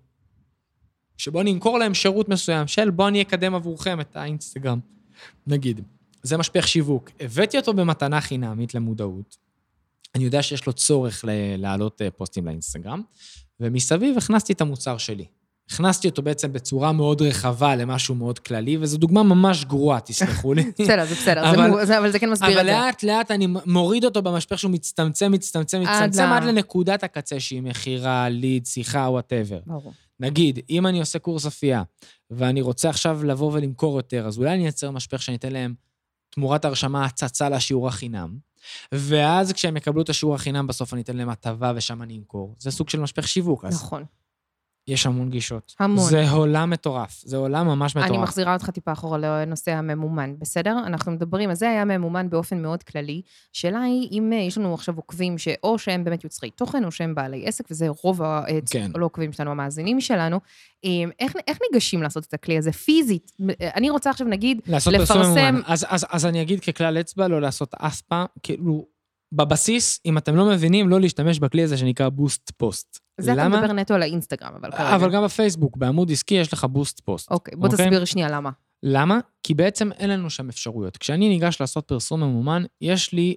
שבו אני אמכור להם שירות מסוים, בוא אני אקדם עבורכם את האינסטגרם. נגיד, זה משפך שיווק. הבאתי אותו במתנה חינמית למודעות, אני יודע שיש לו צורך להעלות פוסטים לאינסטגרם, ומסביב הכנסתי את המוצר שלי. הכנסתי אותו בעצם בצורה מאוד רחבה למשהו מאוד כללי, וזו דוגמה ממש גרועה, תסלחו לי. בסדר, זה בסדר, אבל זה כן מסביר את זה. אבל לאט לאט אני מוריד אותו במשפך שהוא מצטמצם עד לנקודת הקצה שהיא מחירה, ליד, שיחה, whatever. ברור. נגיד, אם אני עושה קורס אפייה, ואני רוצה עכשיו לבוא ולמכור יותר, אז אולי אני אייצר משפך שאני אתן להם תמורת הרשמה הצצה לשיעור החינם, ואז כשהם יקבלו את השיעור החינם, בסוף אני אתן להם הטבה ושם אני אמכור. זה סוג של משפך שיווק. נכון. יש המון גישות. המון. זה עולם מטורף. זה עולם ממש מטורף. אני מחזירה אותך טיפה אחורה לנושא הממומן, בסדר? אנחנו מדברים, אז זה היה ממומן באופן מאוד כללי. השאלה היא, אם יש לנו עכשיו עוקבים שאו שהם באמת יוצרי תוכן, או שהם בעלי עסק, וזה רוב לא עוקבים שלנו, המאזינים שלנו, איך ניגשים לעשות את הכלי הזה פיזית? אני רוצה עכשיו, נגיד, לפרסם... אז אני אגיד ככלל אצבע, לא לעשות אף פעם, כאילו, בבסיס, אם אתם לא מבינים, לא להשתמש בכלי הזה שנקרא בוסט פוסט. זה אתה מדבר נטו על האינסטגרם, אבל גם בפייסבוק, בעמוד עסקי יש לך בוסט פוסט. אוקיי, בוא תסביר שנייה למה. למה? כי בעצם אין לנו שם אפשרויות. כשאני ניגש לעשות פרסום ממומן, יש לי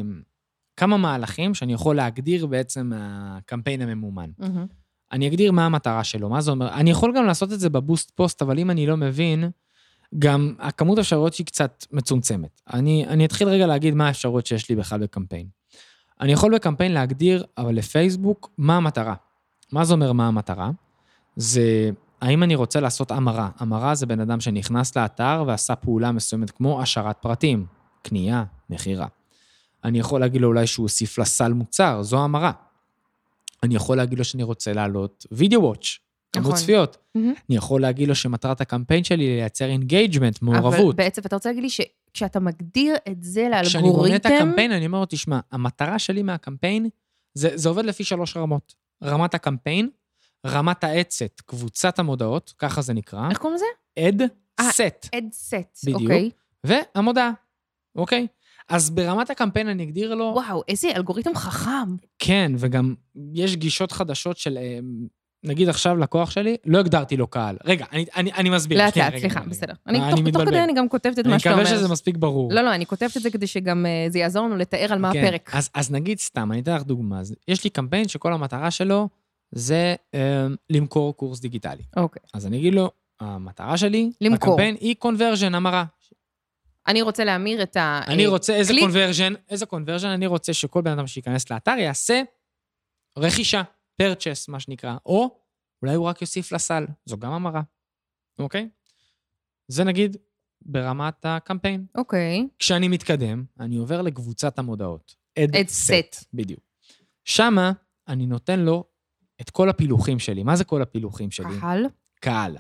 כמה מהלכים שאני יכול להגדיר בעצם הקמפיין הממומן. אני אגדיר מה המטרה שלו, מה זה אומר. אני יכול גם לעשות את זה בבוסט פוסט, אבל אם אני לא מבין, גם הכמות האפשרויות שהיא קצת מצומצמת. אני אתחיל רגע להגיד מה האפשרויות שיש לי בכלל בקמפיין. אני יכול בקמפיין להגדיר, אבל לפייסבוק, מה המטרה? מה זה אומר מה המטרה? זה, האם אני רוצה לעשות אמרה? אמרה זה בן אדם שנכנס לאתר ועשה פעולה מסוימת כמו השארת פרטים, קנייה, מחירה. אני יכול להגיד לו אולי שהוא הוסיף לסל מוצר, זו אמרה. אני יכול להגיד לו שאני רוצה לעלות וידאו וואץ', כמות צפיות. אני יכול להגיד לו שמטרת הקמפיין שלי לייצר אינגייג'מנט, מעורבות. אבל בעצם אתה רוצה להגיד לי כשאתה מגדיר את זה לאלגוריתם... כשאני בונה את הקמפיין, אני אומר, תשמע, המטרה שלי מהקמפיין, זה עובד לפי 3 רמות. רמת הקמפיין, רמת העצת, קבוצת המודעות, ככה זה נקרא. איך קוראים לזה? Ad-Set. Ad-Set, בדיוק. אוקיי. והמודעה, אוקיי? אז ברמת הקמפיין אני אגדיר לו... וואו, איזה אלגוריתם חכם. כן, וגם יש גישות חדשות של... נגיד עכשיו לקוח שלי, לא הגדרתי לו קהל. רגע, אני מסביר. לאט, סליחה, בסדר. תוך כדי אני גם כותבת את מה שאתה אומר. אני מקווה שזה מספיק ברור. לא, אני כותבת את זה כדי שגם זה יעזור לנו לתאר על מה הפרק. אז נגיד סתם, אני אתן לך דוגמה. יש לי קמפיין שכל המטרה שלו זה למכור קורס דיגיטלי. אוקיי. אז אני אגיד לו, המטרה שלי, למכור. בקמפיין היא קונברז'ן, המרה. אני רוצה להמיר את הקליק. אני רוצה, איזה קונברז'ן אני רוצה שכל בן אדם שייכנס לאתר יעשה רכישה, purchase, מה שנקרא, או אולי הוא רק יוסיף לסל, זו גם המרה, אוקיי? זה נגיד ברמת הקמפיין. אוקיי. כשאני מתקדם, אני עובר לקבוצת המודעות. Ad-Set. בדיוק. שמה אני נותן לו את כל הפילוחים שלי. מה זה כל הפילוחים שלי? קהל. קהל.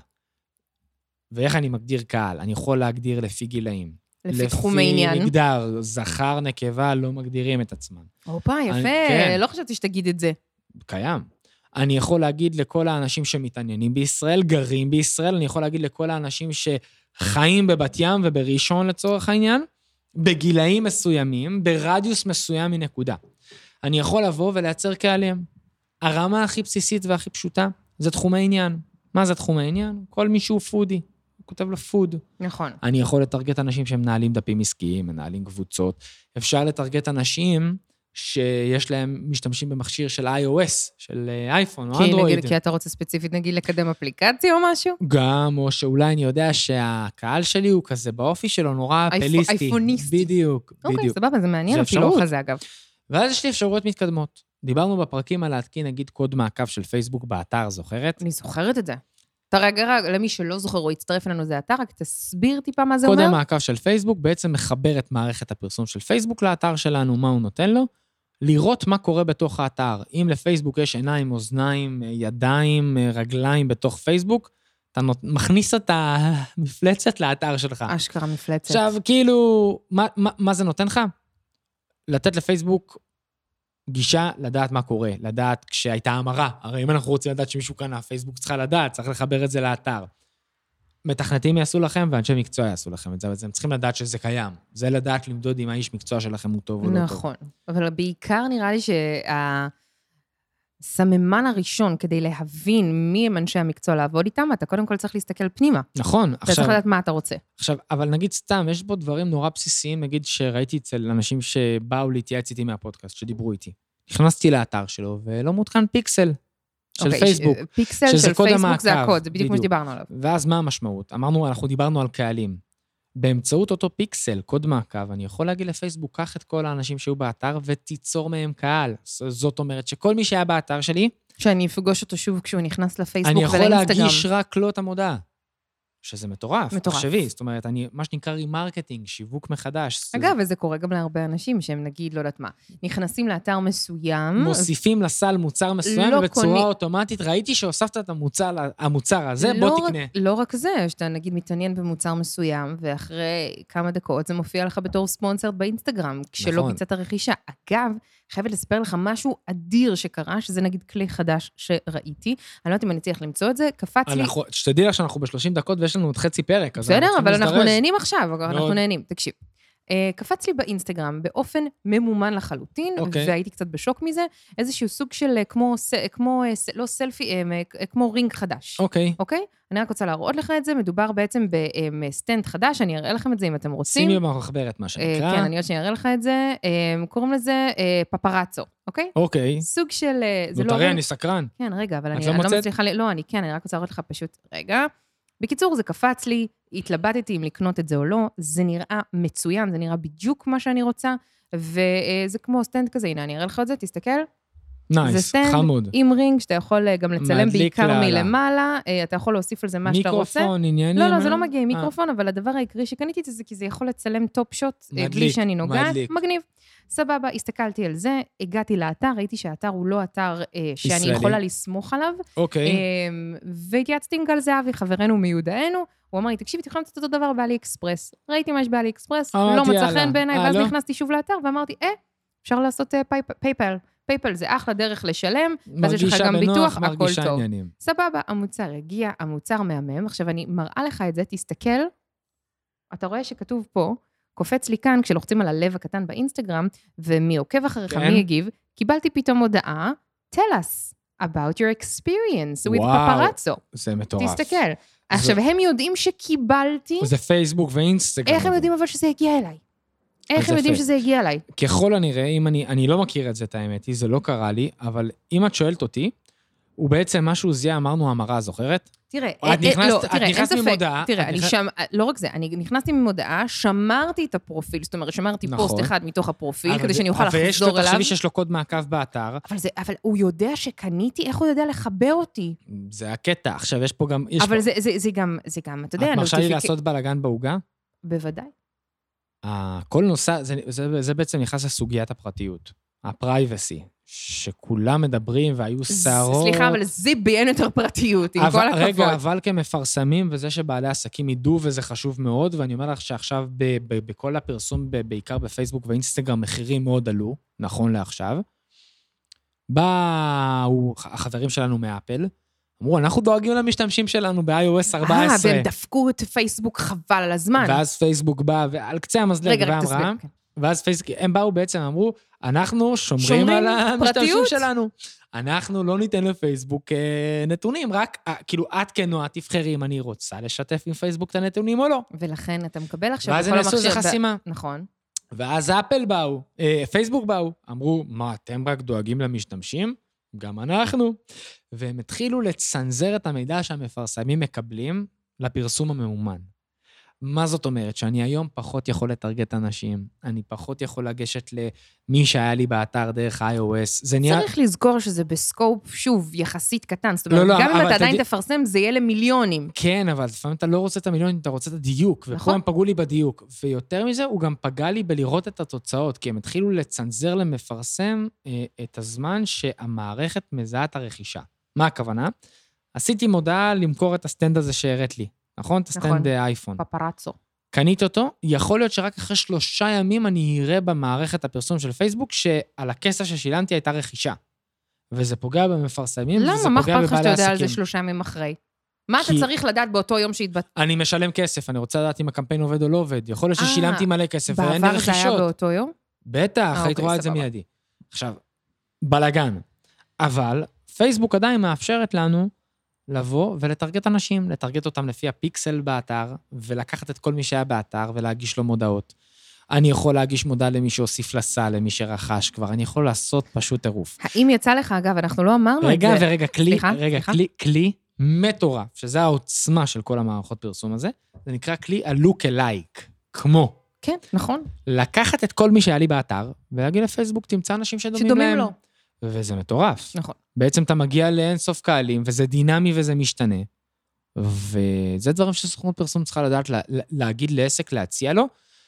ואיך אני מגדיר קהל? אני יכול להגדיר לפי גילאים. לפי תחום העניין. לפי מגדר, זכר, נקבה, לא מגדירים את עצמם. אופה, יפה. כן. לא חשבתי שתגיד את זה. קיים. אני יכול להגיד לכל האנשים שמתעניינים בישראל, גרים בישראל, אני יכול להגיד לכל האנשים שחיים בבת ים ובראשון לצורך העניין, בגילאים מסוימים, ברדיוס מסוים מנקודה. אני יכול לבוא ולייצר קהלים. הרמה הכי בסיסית והכי פשוטה, זה תחום העניין. מה זה תחום העניין? כל מישהו פודי. הוא כותב לו פוד. נכון. אני יכול לטרגט אנשים שמנהלים דפים עסקיים, מנהלים קבוצות. אפשר לטרגט אנשים שיש להם, משתמשים במכשיר של iOS, של אייפון או אנדרואיד. כי אתה רוצה ספציפית, נגיד, לקדם אפליקציה או משהו? גם, או שאולי אני יודע שהקהל שלי הוא כזה באופי שלו נורא פליסטי. אייפוניסטי. בדיוק. אוקיי, סבבה, זה מעניין הפילוח הזה, אגב. ואז יש לי אפשרויות מתקדמות. דיברנו בפרקים על להתקין, נגיד, קוד מעקב של פייסבוק באתר, זוכרת? אני זוכרת את זה. אתה רגע, למי שלא זוכר או יצטרף אלינו זה אתר, רק תסביר טיפה מה זה אומר. קוד המעקב של פייסבוק בעצם מחבר את מערכת הפרסום של פייסבוק לאתר שלנו, מה הוא נותן לו? לראות מה קורה בתוך האתר. אם לפייסבוק יש עיניים, אוזניים, ידיים, רגליים בתוך פייסבוק, אתה מכניס את המפלצת לאתר שלך. אשכרה מפלצת. עכשיו, כאילו, מה זה נותן לך? לתת לפייסבוק גישה לדעת מה קורה, לדעת כשהייתה המרה. הרי אם אנחנו רוצים לדעת שמישהו כאן הפייסבוק צריכה לדעת, צריך לחבר את זה לאתר. מתכנתים יעשו לכם, ואנשי מקצוע יעשו לכם את זה, אבל הם צריכים לדעת שזה קיים. זה לדעת למדוד אם האיש מקצוע שלכם הוא טוב או לא טוב. נכון, אבל בעיקר נראה לי שהסממן הראשון כדי להבין מי הם אנשי המקצוע לעבוד איתם, אתה קודם כל צריך להסתכל פנימה. נכון. אתה צריך לדעת מה אתה רוצה. עכשיו, אבל נגיד סתם, יש פה דברים נורא בסיסיים, נגיד שראיתי אצל אנשים שבאו להתייעץ איתי מהפודקאסט, שדיברו איתי. נכנסתי לאתר שלו, ולא מותקן פיקסל. של פייסבוק. פיקסל של פייסבוק זה הקוד, זה בדיוק כמו שדיברנו עליו. ואז מה המשמעות? אנחנו דיברנו על קהלים. באמצעות אותו פיקסל, קוד מעקב, אני יכול להגיד לפייסבוק, קח את כל האנשים שהיו באתר ותיצור מהם קהל. זאת אומרת שכל מי שהיה באתר שלי... שאני אפגוש אותו שוב כשהוא נכנס לפייסבוק ולאינסטגרם. אני יכול להגיש רק לו את המודעה. שזה מטורף. תחשבי, זאת אומרת, מה שנקרא רימרקטינג, שיווק מחדש. אגב, וזה קורה גם להרבה אנשים שהם נגיד, לא יודעת מה, נכנסים לאתר מסוים. מוסיפים לסל מוצר מסוים בצורה אוטומטית. ראיתי שהוספת את המוצר הזה, בוא תקנה. לא רק זה, שאתה נגיד מתעניין במוצר מסוים, ואחרי כמה דקות זה מופיע לך בתור ספונסר באינסטגרם, כשלא ביצעת רכישה. אגב, חייבת לספר לך משהו אדיר שקרה, שזה נגיד כלי חדש שראיתי. אני לא יודעת אם אני צריך למצוא את זה, קפץ לי... שתדעי לך שאנחנו ב-30 דקות ויש לנו עוד חצי פרק. בסדר, אבל אנחנו נהנים עכשיו, אנחנו נהנים. תקשיב. קפץ לי באינסטגרם באופן ממומן לחלוטין, והייתי קצת בשוק מזה, איזשהו סוג של לא סלפי, כמו רינג חדש. אוקיי. אני רק רוצה להראות לך את זה, מדובר בעצם בסטנד חדש, אני אראה לכם את זה אם אתם רוצים. שימי במחברת, מה שנקרא. כן, אני עוד שאני אראה לך את זה, קוראים לזה פפרצו, אוקיי? אוקיי. סוג של... תראי, אני סקרן. כן, רגע, אבל אני לא מצליחה... לא, אני רק רוצה להראות לך פשוט, רגע. בקיצור, זה קפץ לי, התלבטתי אם לקנות את זה או לא, זה נראה מצוין, זה נראה בדיוק מה שאני רוצה, וזה כמו סטנד כזה, הנה, אני אראה לך את זה, תסתכל. נייס, חמוד. עם רינג, שאתה יכול גם לצלם בעיקר מלמעלה, אתה יכול להוסיף על זה מה שאתה רוצה. מיקרופון, עניינים. לא, זה לא מגיע עם מיקרופון, אבל הדבר העיקרי שקניתי את זה, כי זה יכול לצלם טופ שוט, בלי שאני נוגעת, מגניב. סבבה, הסתכלתי על זה, הגעתי לאתר, ראיתי שהאתר הוא לא אתר שאני יכולה לסמוך עליו. אוקיי. והתייעצתי עם גל זהבי, חברנו מיודענו, הוא אמר לי, תקשיבי, תכנון את אותו דבר באלי אקספרס. ראיתי מה יש באלי אקספרס, לא מצא חן בעיניי, ואז נכנסתי שוב לאתר, ואמרתי, אפשר לעשות פייפל. פייפל זה אחלה דרך לשלם, אז יש לך גם ביטוח, הכל טוב. סבבה, המוצר הגיע, המוצר מהמם. עכשיו אני מראה לך את זה, תסתכל, אתה רואה שכתוב פה, קופץ לי כאן, כשלוחצים על הלב הקטן באינסטגרם, ומי עוקב אחריך, מי הגיב, קיבלתי פתאום הודעה, tell us about your experience with paparazzo. זה מטורף. תסתכל. עכשיו, הם יודעים שקיבלתי... זה פייסבוק ואינסטגרם. איך הם יודעים אבל שזה הגיע אליי? איך הם יודעים שזה הגיע אליי? ככל הנראה, אם אני לא מכיר את זה, את האמת, זה לא קרה לי, אבל אם את שואלת אותי, הוא בעצם משהו זיהה, אמרנו המרה, זוכרת? תראה, את נכנסת ממודעה. תראה, לא רק זה, אני נכנסתי ממודעה, שמרתי את הפרופיל, זאת אומרת, שמרתי פוסט אחד מתוך הפרופיל, כדי שאני אוכל לחזור אליו. תחשבי שיש לו קוד מעקב באתר. אבל הוא יודע שקניתי, איך הוא יודע לחבר אותי? זה הקטע, עכשיו יש פה גם... אבל זה גם, אתה יודע... את מרשה לי לעשות בלגן בעוגה? בוודאי. כל נושא, זה בעצם נכנס לסוגיית הפרטיות, הפרייבסי, שכולם מדברים והיו שערות... סליחה, אבל זה ביין יותר פרטיות, עם כל הכבוד. רגע, אבל כמפרסמים, וזה שבעלי עסקים ידעו, וזה חשוב מאוד, ואני אומר לך שעכשיו בכל הפרסום, בעיקר בפייסבוק ואינסטגרם, מחירים מאוד עלו, נכון לעכשיו. באו החברים שלנו מאפל, אמרו, אנחנו דואגים למשתמשים שלנו ב-iOS 14. והם דפקו את פייסבוק חבל על הזמן. ואז פייסבוק בא, ועל קצה המזלג ואמרה, ואז פייסבוק, הם באו בעצם, אמרו, אנחנו שומרים על המשתמשים שלנו. אנחנו לא ניתן לפייסבוק נתונים, רק, כאילו, את כנועה תבחרי אם אני רוצה לשתף עם פייסבוק את הנתונים או לא. ולכן אתה מקבל עכשיו... ואז הם עשו זה חסימה. נכון. ואז אפל באו, פייסבוק באו, אמרו, מה, אתם רק דואגים למשתמשים? גם אנחנו. והם התחילו לצנזר את המידע שהמפרסמים מקבלים לפרסום המאומן. מה זאת אומרת? שאני היום פחות יכול לטרגט אנשים, אני פחות יכול לגשת למי שהיה לי באתר דרך iOS. צריך לזכור שזה בסקופ, שוב, יחסית קטן. זאת אומרת, גם אם אתה עדיין תפרסם, זה יהיה למיליונים. כן, אבל לפעמים אתה לא רוצה את המיליונים, אתה רוצה את הדיוק, ופה הם פגעו לי בדיוק. ויותר מזה, הוא גם פגע לי בלראות את התוצאות, כי הם התחילו לצנזר למפרסם את הזמן שהמערכת מזהה את הרכישה. מה הכוונה? עשיתי מודעה למכור את הסטנד הזה שהראית לי. נכון? את הסטנד אייפון. פפרצו. קנית אותו, יכול להיות שרק אחרי 3 ימים אני אראה במערכת הפרסום של פייסבוק שעל הכסף ששילמתי הייתה רכישה. וזה פוגע במפרסמים, וזה פוגע בבעלי עסקים. למה? מה אכפת לך שאתה יודע על זה 3 ימים אחרי? מה אתה צריך לדעת באותו יום שהתבטא? אני משלם כסף, אני רוצה לדעת אם הקמפיין עובד או לא עובד. יכול להיות ששילמתי מלא כסף ואין לי רכישות. בעבר זה היה באותו יום? בטח, היית רואה את זה מיידי. עכשיו, בלגן. אבל פייסבוק עדיין מאפשרת לנו לבוא ולטרגט אנשים, לטרגט אותם לפי הפיקסל באתר, ולקחת את כל מי שהיה באתר ולהגיש לו מודעות. אני יכול להגיש מודעה למי שהוסיף לסל, למי שרכש כבר, אני יכול לעשות פשוט טירוף. האם יצא לך, אגב, אנחנו לא אמרנו את זה. רגע, כלי מטורף, שזה העוצמה של כל המערכות פרסום הזה, זה נקרא כלי הלוק אלייק, כמו. כן, נכון. לקחת את כל מי שהיה לי באתר, ולהגיד לפייסבוק, תמצא אנשים שדומים להם. לו. וזה מטורף. נכון. בעצם אתה מגיע לאינסוף קהלים, וזה דינמי וזה משתנה. וזה דברים שסוכנות פרסום צריכה לדעת להגיד לעסק, להציע לו,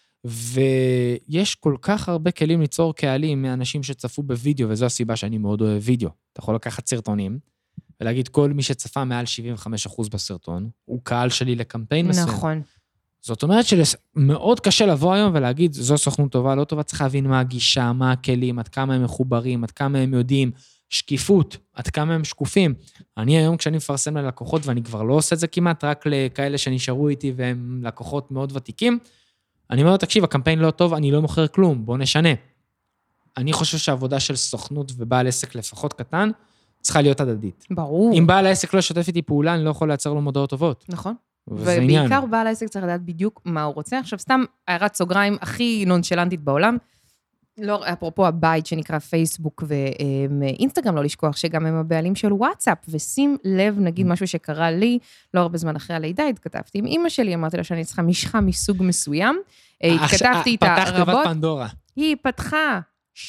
ויש כל כך הרבה כלים ליצור קהלים מאנשים שצפו בווידאו, וזו הסיבה שאני מאוד אוהב וידאו. אתה יכול לקחת סרטונים, ולהגיד כל מי שצפה מעל 75% בסרטון, הוא קהל שלי לקמפיין מסוים. נכון. זאת אומרת שמאוד קשה לבוא היום ולהגיד, זו סוכנות טובה, לא טובה, צריך להבין מה הגישה, מה הכלים, עד כמה הם מחוברים, עד כמה הם יודעים, שקיפות, עד כמה הם שקופים. אני היום כשאני מפרסם ללקוחות, ואני כבר לא עושה את זה כמעט, רק לכאלה שנשארו איתי והם לקוחות מאוד ותיקים, אני אומר, תקשיב, הקמפיין לא טוב, אני לא מוכר כלום, בוא נשנה. אני חושב שהעבודה של סוכנות ובעל עסק לפחות קטן, צריכה להיות הדדית. ברור. אם בעל העסק לא ישתף איתי פעולה, אני לא יכול לייצר לו מודעות טובות. נכון. ובעיקר בעל העסק צריך לדעת בדיוק מה הוא רוצה. עכשיו, סתם הערת סוגריים הכי נונשלנטית בעולם, לא, אפרופו הבית שנקרא פייסבוק ואינסטגרם, לא לשכוח שגם הם הבעלים של וואטסאפ, ושים לב, נגיד משהו שקרה לי, לא הרבה זמן אחרי הלידה, התכתבתי עם אמא שלי, אמרתי לה שאני צריכה משחה מסוג מסוים, התכתבתי איתה רבות. פתחת תיבת פנדורה. היא פתחה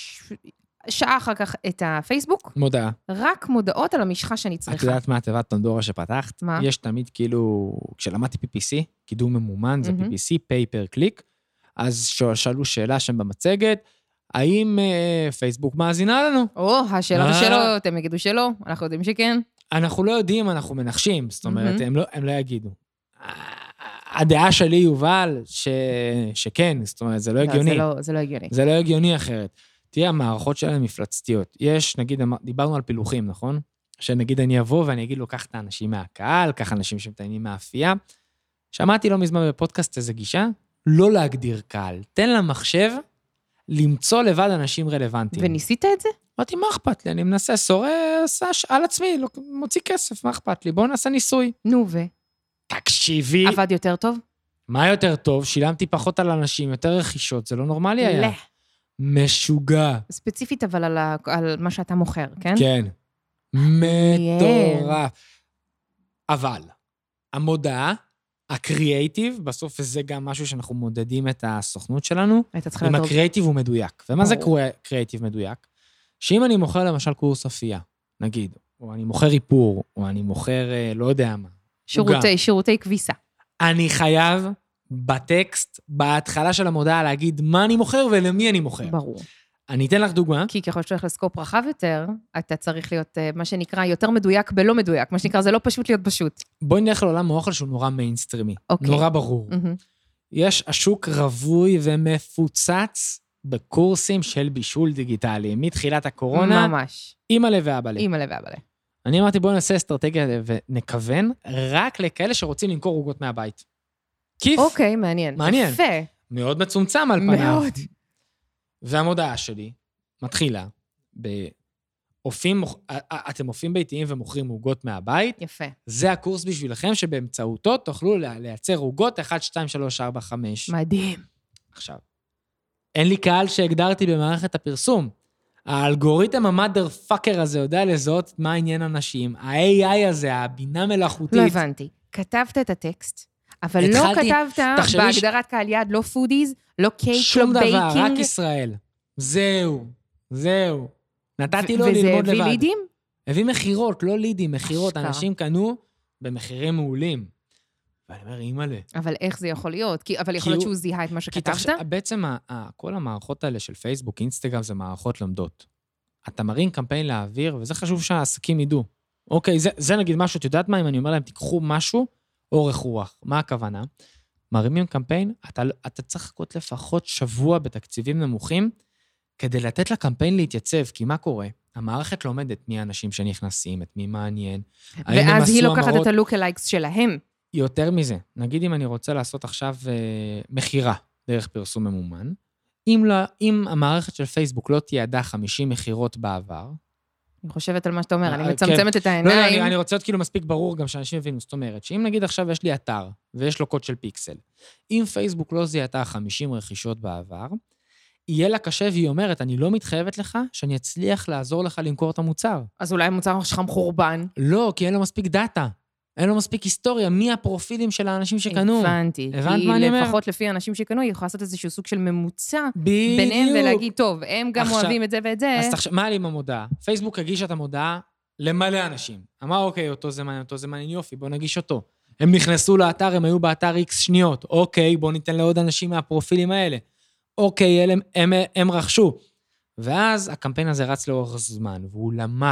שעה אחר כך את הפייסבוק. מודעה. רק מודעות על המשחה שאני צריכה. את יודעת מה תיבת פנדורה שפתחת? מה? יש תמיד כאילו, כשלמדתי PPC, קידום ממומן, זה PPC, pay per click, אז שאלו שאלה שם במצגת, האם פייסבוק מאזינה לנו? השאלות השאלות, הם יגידו שלא, אנחנו יודעים שכן. אנחנו לא יודעים, אנחנו מנחשים, זאת אומרת, הם לא יגידו. הדעה שלי, יובל, שכן, זאת אומרת, זה לא הגיוני. זה לא הגיוני. זה לא הגיוני אחרת. תראה, המערכות שלהם מפלצתיות. יש, נגיד, דיברנו על פילוחים, נכון? שנגיד אני אבוא ואני אגיד לו, קח את האנשים מהקהל, קח אנשים שמתעניינים מהאפייה. שמעתי לא מזמן בפודקאסט איזה גישה, לא להגדיר קהל. תן למחשב למצוא לבד אנשים רלוונטיים. וניסית את זה? אמרתי, מה אכפת לי? אני מנסה, סורס על עצמי, מוציא כסף, מה אכפת לי? בואו נעשה ניסוי. נו תקשיבי. עבד יותר טוב? מה יותר טוב? שילמתי פחות על אנשים, יותר רכישות, זה לא נורמלי היה. משוגע. ספציפית אבל על מה שאתה מוכר, כן? כן. מטורף. אבל, המודעה, הקריאייטיב, בסוף זה גם משהו שאנחנו מודדים את הסוכנות שלנו, אם הקריאייטיב הוא מדויק. ומה זה קריאייטיב מדויק? שאם אני מוכר למשל קורס אפייה, נגיד, או אני מוכר איפור, או אני מוכר לא יודע מה. שירותי כביסה. אני חייב בטקסט, בהתחלה של המודעה, להגיד מה אני מוכר ולמי אני מוכר. ברור. אני אתן לך דוגמה. כי ככל שאתה הולך לסקופ רחב יותר, אתה צריך להיות, מה שנקרא, יותר מדויק בלא מדויק. מה שנקרא, זה לא פשוט להיות פשוט. בואי נלך לעולם האוכל שהוא נורא מיינסטרימי. נורא ברור. יש השוק רווי ומפוצץ בקורסים של בישול דיגיטלי. מתחילת הקורונה. ממש. אימא'לה ואבא'לה. אימא'לה ואבא'לה. אני אמרתי, בואו נעשה אסטרטגיה ונכוון רק לכאלה שרוצים למכור עוגות מהבית. כיף. אוקיי, מעניין. מעניין. יפה. מאוד מצומצם על פניו. מאוד. והמודעה שלי מתחילה אתם אופים ביתיים ומוכרים עוגות מהבית. יפה. זה הקורס בשבילכם שבאמצעותו תוכלו לייצר עוגות 1, 2, 3, 4, 5. מדהים. עכשיו, אין לי קהל שהגדרתי במערכת הפרסום. האלגוריתם המאדר פאקר הזה יודע לזהות מה עניין אנשים. ה-AI הזה, הבינה מלאכותית. לא הבנתי. כתבת את הטקסט, אבל לא כתבת בהגדרת קהל יעד, לא פודיז, לא קייק, לא בייקינג. שום דבר, רק ישראל. זהו. נתתי לו ללמוד לבד. וזה הביא לידים? הביא מחירות, לא לידים, מחירות. אנשים קנו במחירים מעולים. ואני אומר, אימא'לה. אבל איך זה יכול להיות? אבל יכול להיות שהוא זיהה את מה שכתבת? בעצם כל המערכות האלה של פייסבוק, אינסטגרם, זה מערכות לומדות. אתה מרים קמפיין לאוויר, וזה חשוב שהעסקים ידעו. אוקיי, זה נגיד משהו, את יודעת מה, אם אני אומר להם, תיקחו משהו, אורך רוח. מה הכוונה? מרימים קמפיין, אתה צריך לחכות לפחות שבוע בתקציבים נמוכים, כדי לתת לקמפיין להתייצב, כי מה קורה? המערכת לומדת מי האנשים שנכנסים, את מי מעניין. ואז היא לוקחת את הלוק-אלייקס שלהם. יותר מזה, נגיד אם אני רוצה לעשות עכשיו מחירה דרך פרסום ממומן, אם המערכת של פייסבוק לא תיעדה 50 מחירות בעבר, אני חושבת על מה שאתה אומר, אני מצמצמת את העיניים. לא, אני רוצה להיות כאילו מספיק ברור גם שאנשים מבינו, זאת אומרת, שאם נגיד עכשיו יש לי אתר, ויש לו קוד של פיקסל, אם פייסבוק לא זיהתה 50 רכישות בעבר, יהיה לה קשה והיא אומרת, אני לא מתחייבת לך שאני אצליח לעזור לך למכור את המוצר. אז אולי המוצר שלך מחורבן. לא, כי אין לו מספיק דאטה. אין לו מספיק היסטוריה, מי הפרופילים של האנשים שקנו. הבנתי. הבנת מה אני אומר? כי לפחות לפי האנשים שקנו, היא יכולה לעשות איזשהו סוג של ממוצע ביניהם ולהגיד, טוב, הם גם אוהבים את זה ואת זה. אז תחשב, מה לי עם המודעה? פייסבוק הגיש את המודעה למלא אנשים. אמר, אוקיי, אותו זה מעניין יופי, בוא נגיש אותו. הם נכנסו לאתר, הם היו באתר X שניות. אוקיי, בוא ניתן לעוד אנשים מהפרופילים האלה. אוקיי, הם רכשו. ואז הקמפיין הזה רץ לאורך זמן, והוא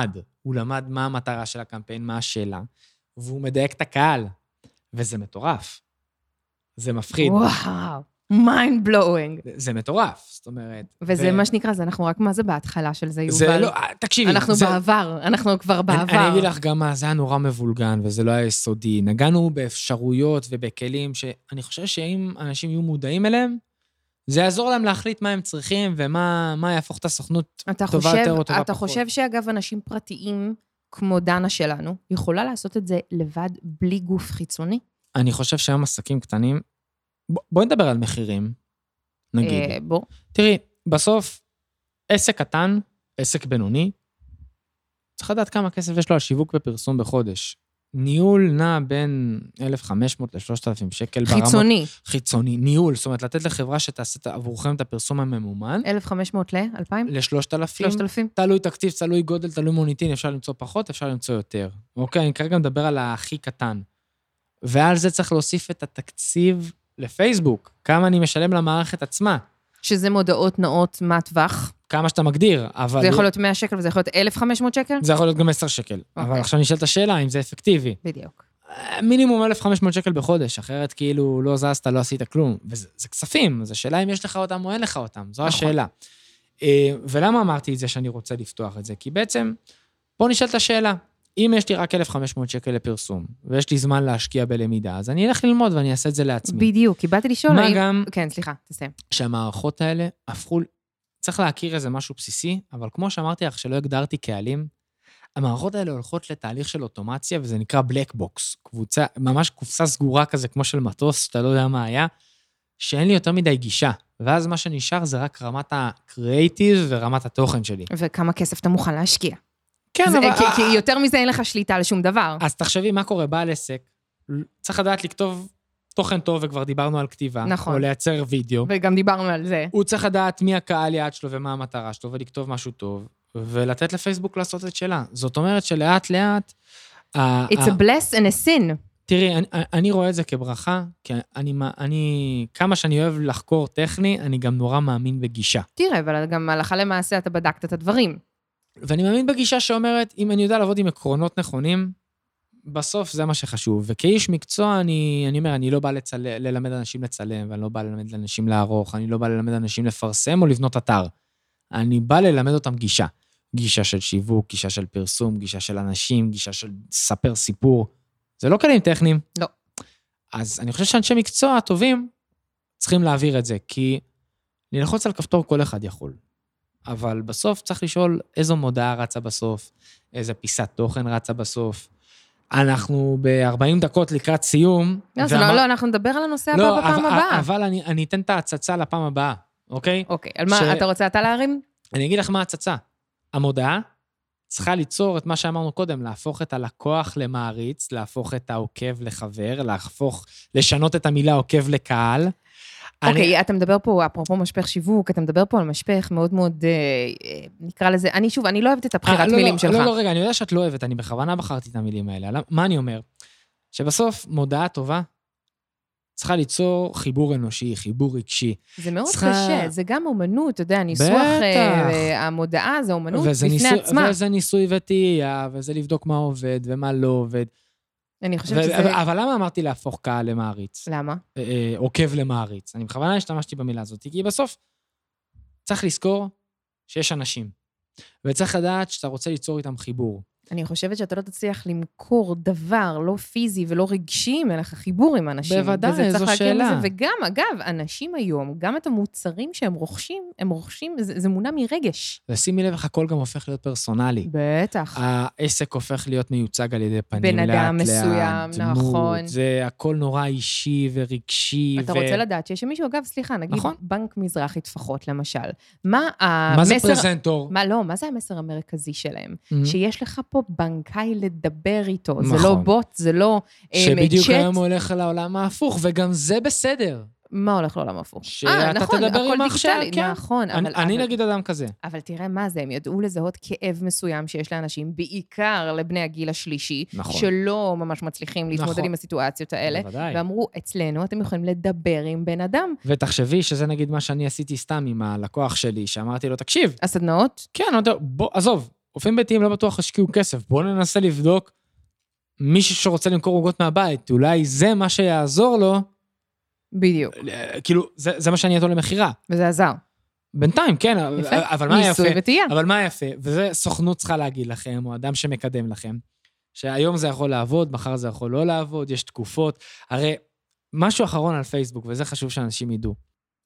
למד מה המטרה של הקמפיין, מה השאלה. והוא מדייק את הקהל, וזה מטורף. זה מפחיד. וואו, mind blowing. זה מטורף, זאת אומרת. וזה מה שנקרא, זה אנחנו רק מה זה בהתחלה של זה, יובל. זה לא, תקשיבי. אנחנו כבר בעבר. אני אגיד לך גם מה, זה היה נורא מבולגן, וזה לא היה יסודי. נגענו באפשרויות ובכלים שאני חושב שאם אנשים יהיו מודעים אליהם, זה יעזור להם להחליט מה הם צריכים, ומה יהפוך את הסוכנות טובה יותר או טובה פחות. אתה חושב שאגב אנשים פרטיים, כמו דנה שלנו, יכולה לעשות את זה לבד בלי גוף חיצוני? אני חושב שהיום עסקים קטנים, בואי נדבר על מחירים, נגיד. בוא. תראי, בסוף, עסק קטן, עסק בינוני, צריך לדעת כמה כסף יש לו על שיווק ופרסום בחודש. ניהול נע בין 1,500 ל-3,000 שקל. חיצוני. חיצוני, ניהול, זאת אומרת, לתת לחברה שתעשה עבורכם את הפרסום הממומן. 1,500 ל-2,000? ל-3,000. 3,000? תלוי תקציב, תלוי גודל, תלוי מוניטין, אפשר למצוא פחות, אפשר למצוא יותר. אוקיי, אני כרגע מדבר על הכי קטן. ועל זה צריך להוסיף את התקציב לפייסבוק. כמה אני משלם למערכת עצמה. שזה מודעות נאות מה טווח. כמה שאתה מגדיר, אבל... זה יכול להיות 100 שקל וזה יכול להיות 1,500 שקל? זה יכול להיות גם 10 שקל. אבל עכשיו נשאלת השאלה, אם זה אפקטיבי. בדיוק. מינימום 1,500 שקל בחודש, אחרת כאילו לא זזת, לא עשית כלום. וזה כספים, זו שאלה אם יש לך אותם או אין לך אותם, זו השאלה. ולמה אמרתי את זה שאני רוצה לפתוח את זה? כי בעצם, בוא נשאל את השאלה, אם יש לי רק 1,500 שקל לפרסום, ויש לי זמן להשקיע בלמידה, אז אני אלך ללמוד ואני אעשה את זה לעצמי. בדיוק, כי באתי לשאול... מה גם... כן, סליחה, תסיים. שהמערכות האלה הפכו... צריך להכיר איזה משהו בסיסי, אבל כמו שאמרתי לך שלא הגדרתי קהלים, המערכות האלה הולכות לתהליך של אוטומציה, וזה נקרא בלק בוקס, קבוצה, ממש קופסה סגורה כזה, כמו של מטוס, שאתה לא יודע מה היה, שאין לי יותר מדי גישה. ואז מה שנשאר זה רק רמת הקריאייטיב ורמת התוכן שלי. וכמה כסף אתה מוכן להשקיע. כן, אבל... כי יותר מזה אין לך שליטה על שום דבר. אז תחשבי מה קורה, בעל עסק, צריך לדעת לכתוב תוכן טוב, וכבר דיברנו על כתיבה, נכון. או לייצר וידאו. וגם דיברנו על זה. הוא צריך לדעת מי הקהל יעד שלו ומה המטרה שלו, ולכתוב משהו טוב, ולתת לפייסבוק לעשות את שלה. זאת אומרת שלאט לאט... It's a bless and a sin. תראי, אני רואה את זה כברכה, כי כמה שאני אוהב לחקור טכני, אני גם נורא מאמין בגישה. תראה, אבל גם הלכה למעשה אתה בדקת את הדברים. ואני מאמין בגישה שאומרת, אם אני יודע לעבוד עם עקרונות נכונים, בסוף זה מה שחשוב. וכאיש מקצוע, אני אומר, אני לא בא ללמד אנשים לצלם, ואני לא בא ללמד אנשים לערוך, אני לא בא ללמד אנשים לפרסם או לבנות אתר. אני בא ללמד אותם גישה. גישה של שיווק, גישה של פרסום, גישה של אנשים, גישה של ספר סיפור. זה לא כלים טכניים. לא. אז אני חושב שאנשי מקצוע טובים צריכים להעביר את זה, כי ללחוץ על כפתור כל אחד יכול. אבל בסוף צריך לשאול איזו מודעה רצה בסוף, איזה פיסת תוכן רצה בסוף. אנחנו ב-40 דקות לקראת סיום. לא, אנחנו נדבר על הנושא הבא בפעם הבאה. אבל אני אתן את ההצצה לפעם הבאה, אוקיי? אוקיי, על מה אתה רוצה אתה להרים? אני אגיד לך מה ההצצה. המודעה צריכה ליצור את מה שאמרנו קודם, להפוך את הלקוח למעריץ, להפוך את העוקב לחבר, לשנות את המילה עוקב לקהל. אוקיי, אתה מדבר פה, אפרופו משפך שיווק, אתה מדבר פה על משפך מאוד מאוד, נקרא לזה, אני לא אוהבת את הבחירת מילים שלך. לא, רגע, אני יודע שאת לא אוהבת, אני בכוונה בחרתי את המילים האלה. מה אני אומר? שבסוף מודעה טובה, צריכה ליצור חיבור אנושי, חיבור רגשי. זה מאוד קשה, זה גם אומנות, אתה יודע, ניסוח המודעה, זה אומנות בפני עצמה. וזה ניסוי וטעייה, וזה לבדוק מה עובד ומה לא עובד. אני חושבת שזה... אבל למה אמרתי להפוך קהל למעריץ? למה? עוקב למעריץ. אני בכוונה השתמשתי במילה הזאת, כי בסוף צריך לזכור שיש אנשים, וצריך לדעת שאתה רוצה ליצור איתם חיבור. אני חושבת שאתה לא תצליח למכור דבר לא פיזי ולא רגשי, אין לך חיבור עם אנשים. בוודאי, זו שאלה. וגם, אגב, אנשים היום, גם את המוצרים שהם רוכשים, זה מונע מרגש. ושימי לב איך הכל גם הופך להיות פרסונלי. בטח. העסק הופך להיות מיוצג על ידי פנים, בן אדם מסוים, נכון. זה הכל נורא אישי ורגשי. אתה רוצה לדעת שיש מישהו, אגב, סליחה, נגיד בנק מזרחי טפחות, למשל. מה זה פרזנטור? מה זה המסר המרכזי שלהם? שיש לך פה בנקאי לדבר איתו, זה לא בוט, זה לא צ'אט. שבדיוק היום הולך לעולם ההפוך, וגם זה בסדר. מה הולך לעולם ההפוך? שאתה תדבר עם מחשב, כן. נכון. אני נגיד אדם כזה. אבל תראה מה זה, הם ידעו לזהות כאב מסוים שיש לאנשים, בעיקר לבני הגיל השלישי, שלא ממש מצליחים להתמודד עם הסיטואציות האלה, ואמרו, אצלנו אתם יכולים לדבר עם בן אדם. ותחשבי שזה נגיד מה שאני עשיתי סתם עם הלקוח שלי, שאמרתי לו, תקשיב. הסדנאות? כן, בוא, עזוב. רופאים ביתיים לא בטוח השקיעו כסף, בואו ננסה לבדוק מישהו שרוצה למכור עוגות מהבית, אולי זה מה שיעזור לו. בדיוק. כאילו, זה מה שאני אתו למחירה. וזה עזר. בינתיים, כן, אבל מה יפה? ניסוי וטעייה. אבל מה יפה? וזה סוכנות צריכה להגיד לכם, או אדם שמקדם לכם, שהיום זה יכול לעבוד, מחר זה יכול לא לעבוד, יש תקופות. הרי משהו אחרון על פייסבוק, וזה חשוב שאנשים ידעו.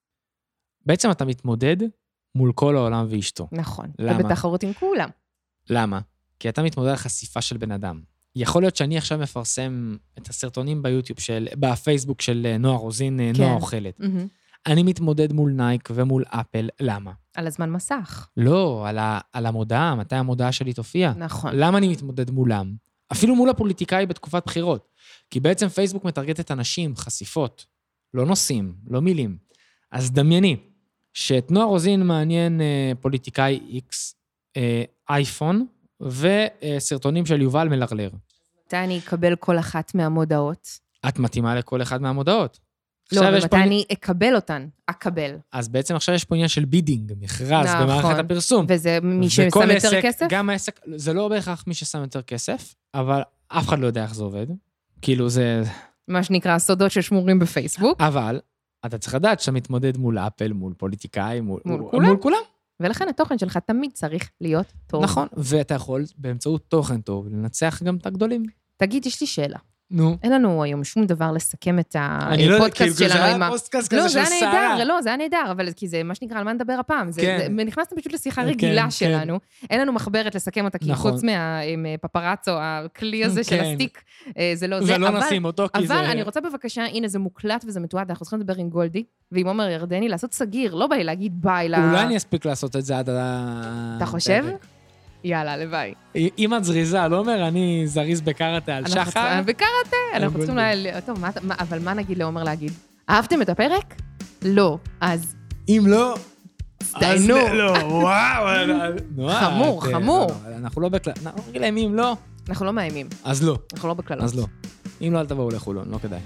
בעצם אתה מתמודד מול כל העולם ואשתו. נכון. למה? ובתחרות עם כולם. למה? כי אתה מתמודד על חשיפה של בן אדם. יכול להיות שאני עכשיו מפרסם את הסרטונים ביוטיוב בפייסבוק של נועה רוזין, נועה אוכלת. אני מתמודד מול נייק ומול אפל, למה? על הזמן מסך. לא, על המודעה, מתי המודעה שלי תופיע. נכון. למה אני מתמודד מולם? אפילו מול הפוליטיקאי בתקופת בחירות. כי בעצם פייסבוק מטרגטת אנשים, חשיפות, לא נושאים, לא מילים. אז דמייני, שאת נועה רוזין מעניין פוליטיקאי X, אייפון, וסרטונים של יובל מלרלר. מתי אני אקבל כל אחת מהמודעות? את מתאימה לכל אחד מהמודעות. לא, ומתי אני אקבל אותן? אקבל. אז בעצם עכשיו יש פה עניין של בידינג, מכרז במערכת הפרסום. וזה מי ששם יותר כסף? גם העסק, זה לא בהכרח מי ששם יותר כסף, אבל אף אחד לא יודע איך זה עובד. כאילו זה... מה שנקרא, סודות ששמורים בפייסבוק. אבל אתה צריך לדעת שאתה מתמודד מול אפל, מול פוליטיקאים, מול כולם. ולכן התוכן שלך תמיד צריך להיות טוב. נכון, ואתה יכול באמצעות תוכן טוב לנצח גם את הגדולים. תגיד, יש לי שאלה. נו. אין לנו היום שום דבר לסכם את הפודקאסט שלנו. זה היה פודקאסט כזה של שרה. לא, זה היה נהדר, אבל כי זה מה שנקרא, על מה נדבר הפעם. נכנסתם פשוט לשיחה רגילה שלנו. אין לנו מחברת לסכם אותה, כי חוץ מהפפרצו, הכלי הזה של הסטיק, זה לא זה. ולא נשים אותו, כי זה... אבל אני רוצה בבקשה, הנה זה מוקלט וזה מתועד, אנחנו צריכים לדבר עם גולדי, ועם עומר ירדני, לעשות סגיר, לא בא לי להגיד ביי. אולי אני אספיק לעשות את זה עד אתה חושב? יאללה, לביי. אם את זריזה, לא אומר, אני זריז בקראטה על שחר. בקראטה, אנחנו צריכים טוב, אבל מה נגיד לעומר להגיד? אהבתם את הפרק? לא, אז... אם לא... סתיינו. לא, וואו. חמור. אנחנו לא בכלל... אנחנו נגיד להם, אם לא... אנחנו לא מאיימים. אז לא. אנחנו לא בכללות. אז לא. אם לא, אל תבואו לחולון, לא כדאי.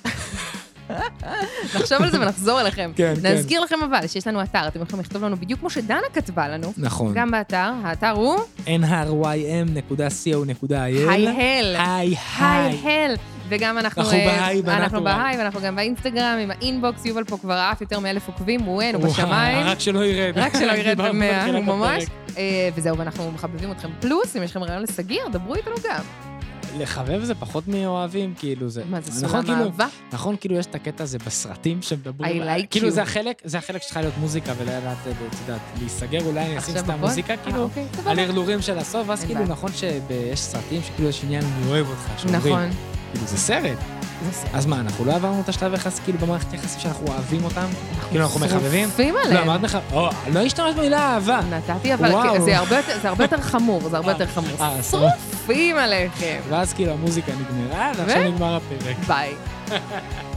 נחשוב על זה ונחזור אליכם. כן. נזכיר לכם אבל שיש לנו אתר, אתם יכולים לכתוב לנו בדיוק כמו שדנה כתבה לנו. נכון. גם באתר, האתר הוא... nrym.co.il היי. וגם אנחנו בהיי, ואנחנו גם באינסטגרם עם האינבוקס, יובל פה כבר עף יותר מ1,000 עוקבים, הוא בשמיים. רק שלא ירד. רק שלא ירד ב100, הוא ממש. וזהו, ואנחנו מחבבים אתכם פלוס, אם יש לכם רעיון לסגיר, דברו איתנו גם. לחבב זה פחות מאוהבים, כאילו זה... מה, זה סולם אהבה? נכון, כאילו יש את הקטע הזה בסרטים שמדברים... I like you. כאילו זה החלק שצריכה להיות מוזיקה, ולדעת, את יודעת, להיסגר, אולי אני אשים סתם מוזיקה, כאילו, על הרלורים של הסוף, אז כאילו נכון שיש סרטים שכאילו יש עניין, אני אוהב אותך, שאומרים, כאילו זה סרט. אז מה, אנחנו לא עברנו את השלב יחס, כאילו במערכת יחסים שאנחנו אוהבים אותם? כאילו אנחנו מחבבים? שרופים עליהם. לא, אמרת מחבב, לא השתמש במילה אהבה. נתתי, אבל זה הרבה יותר חמור, שרופים עליכם. ואז כאילו המוזיקה נגמרה, ועכשיו נגמר הפרק. ביי.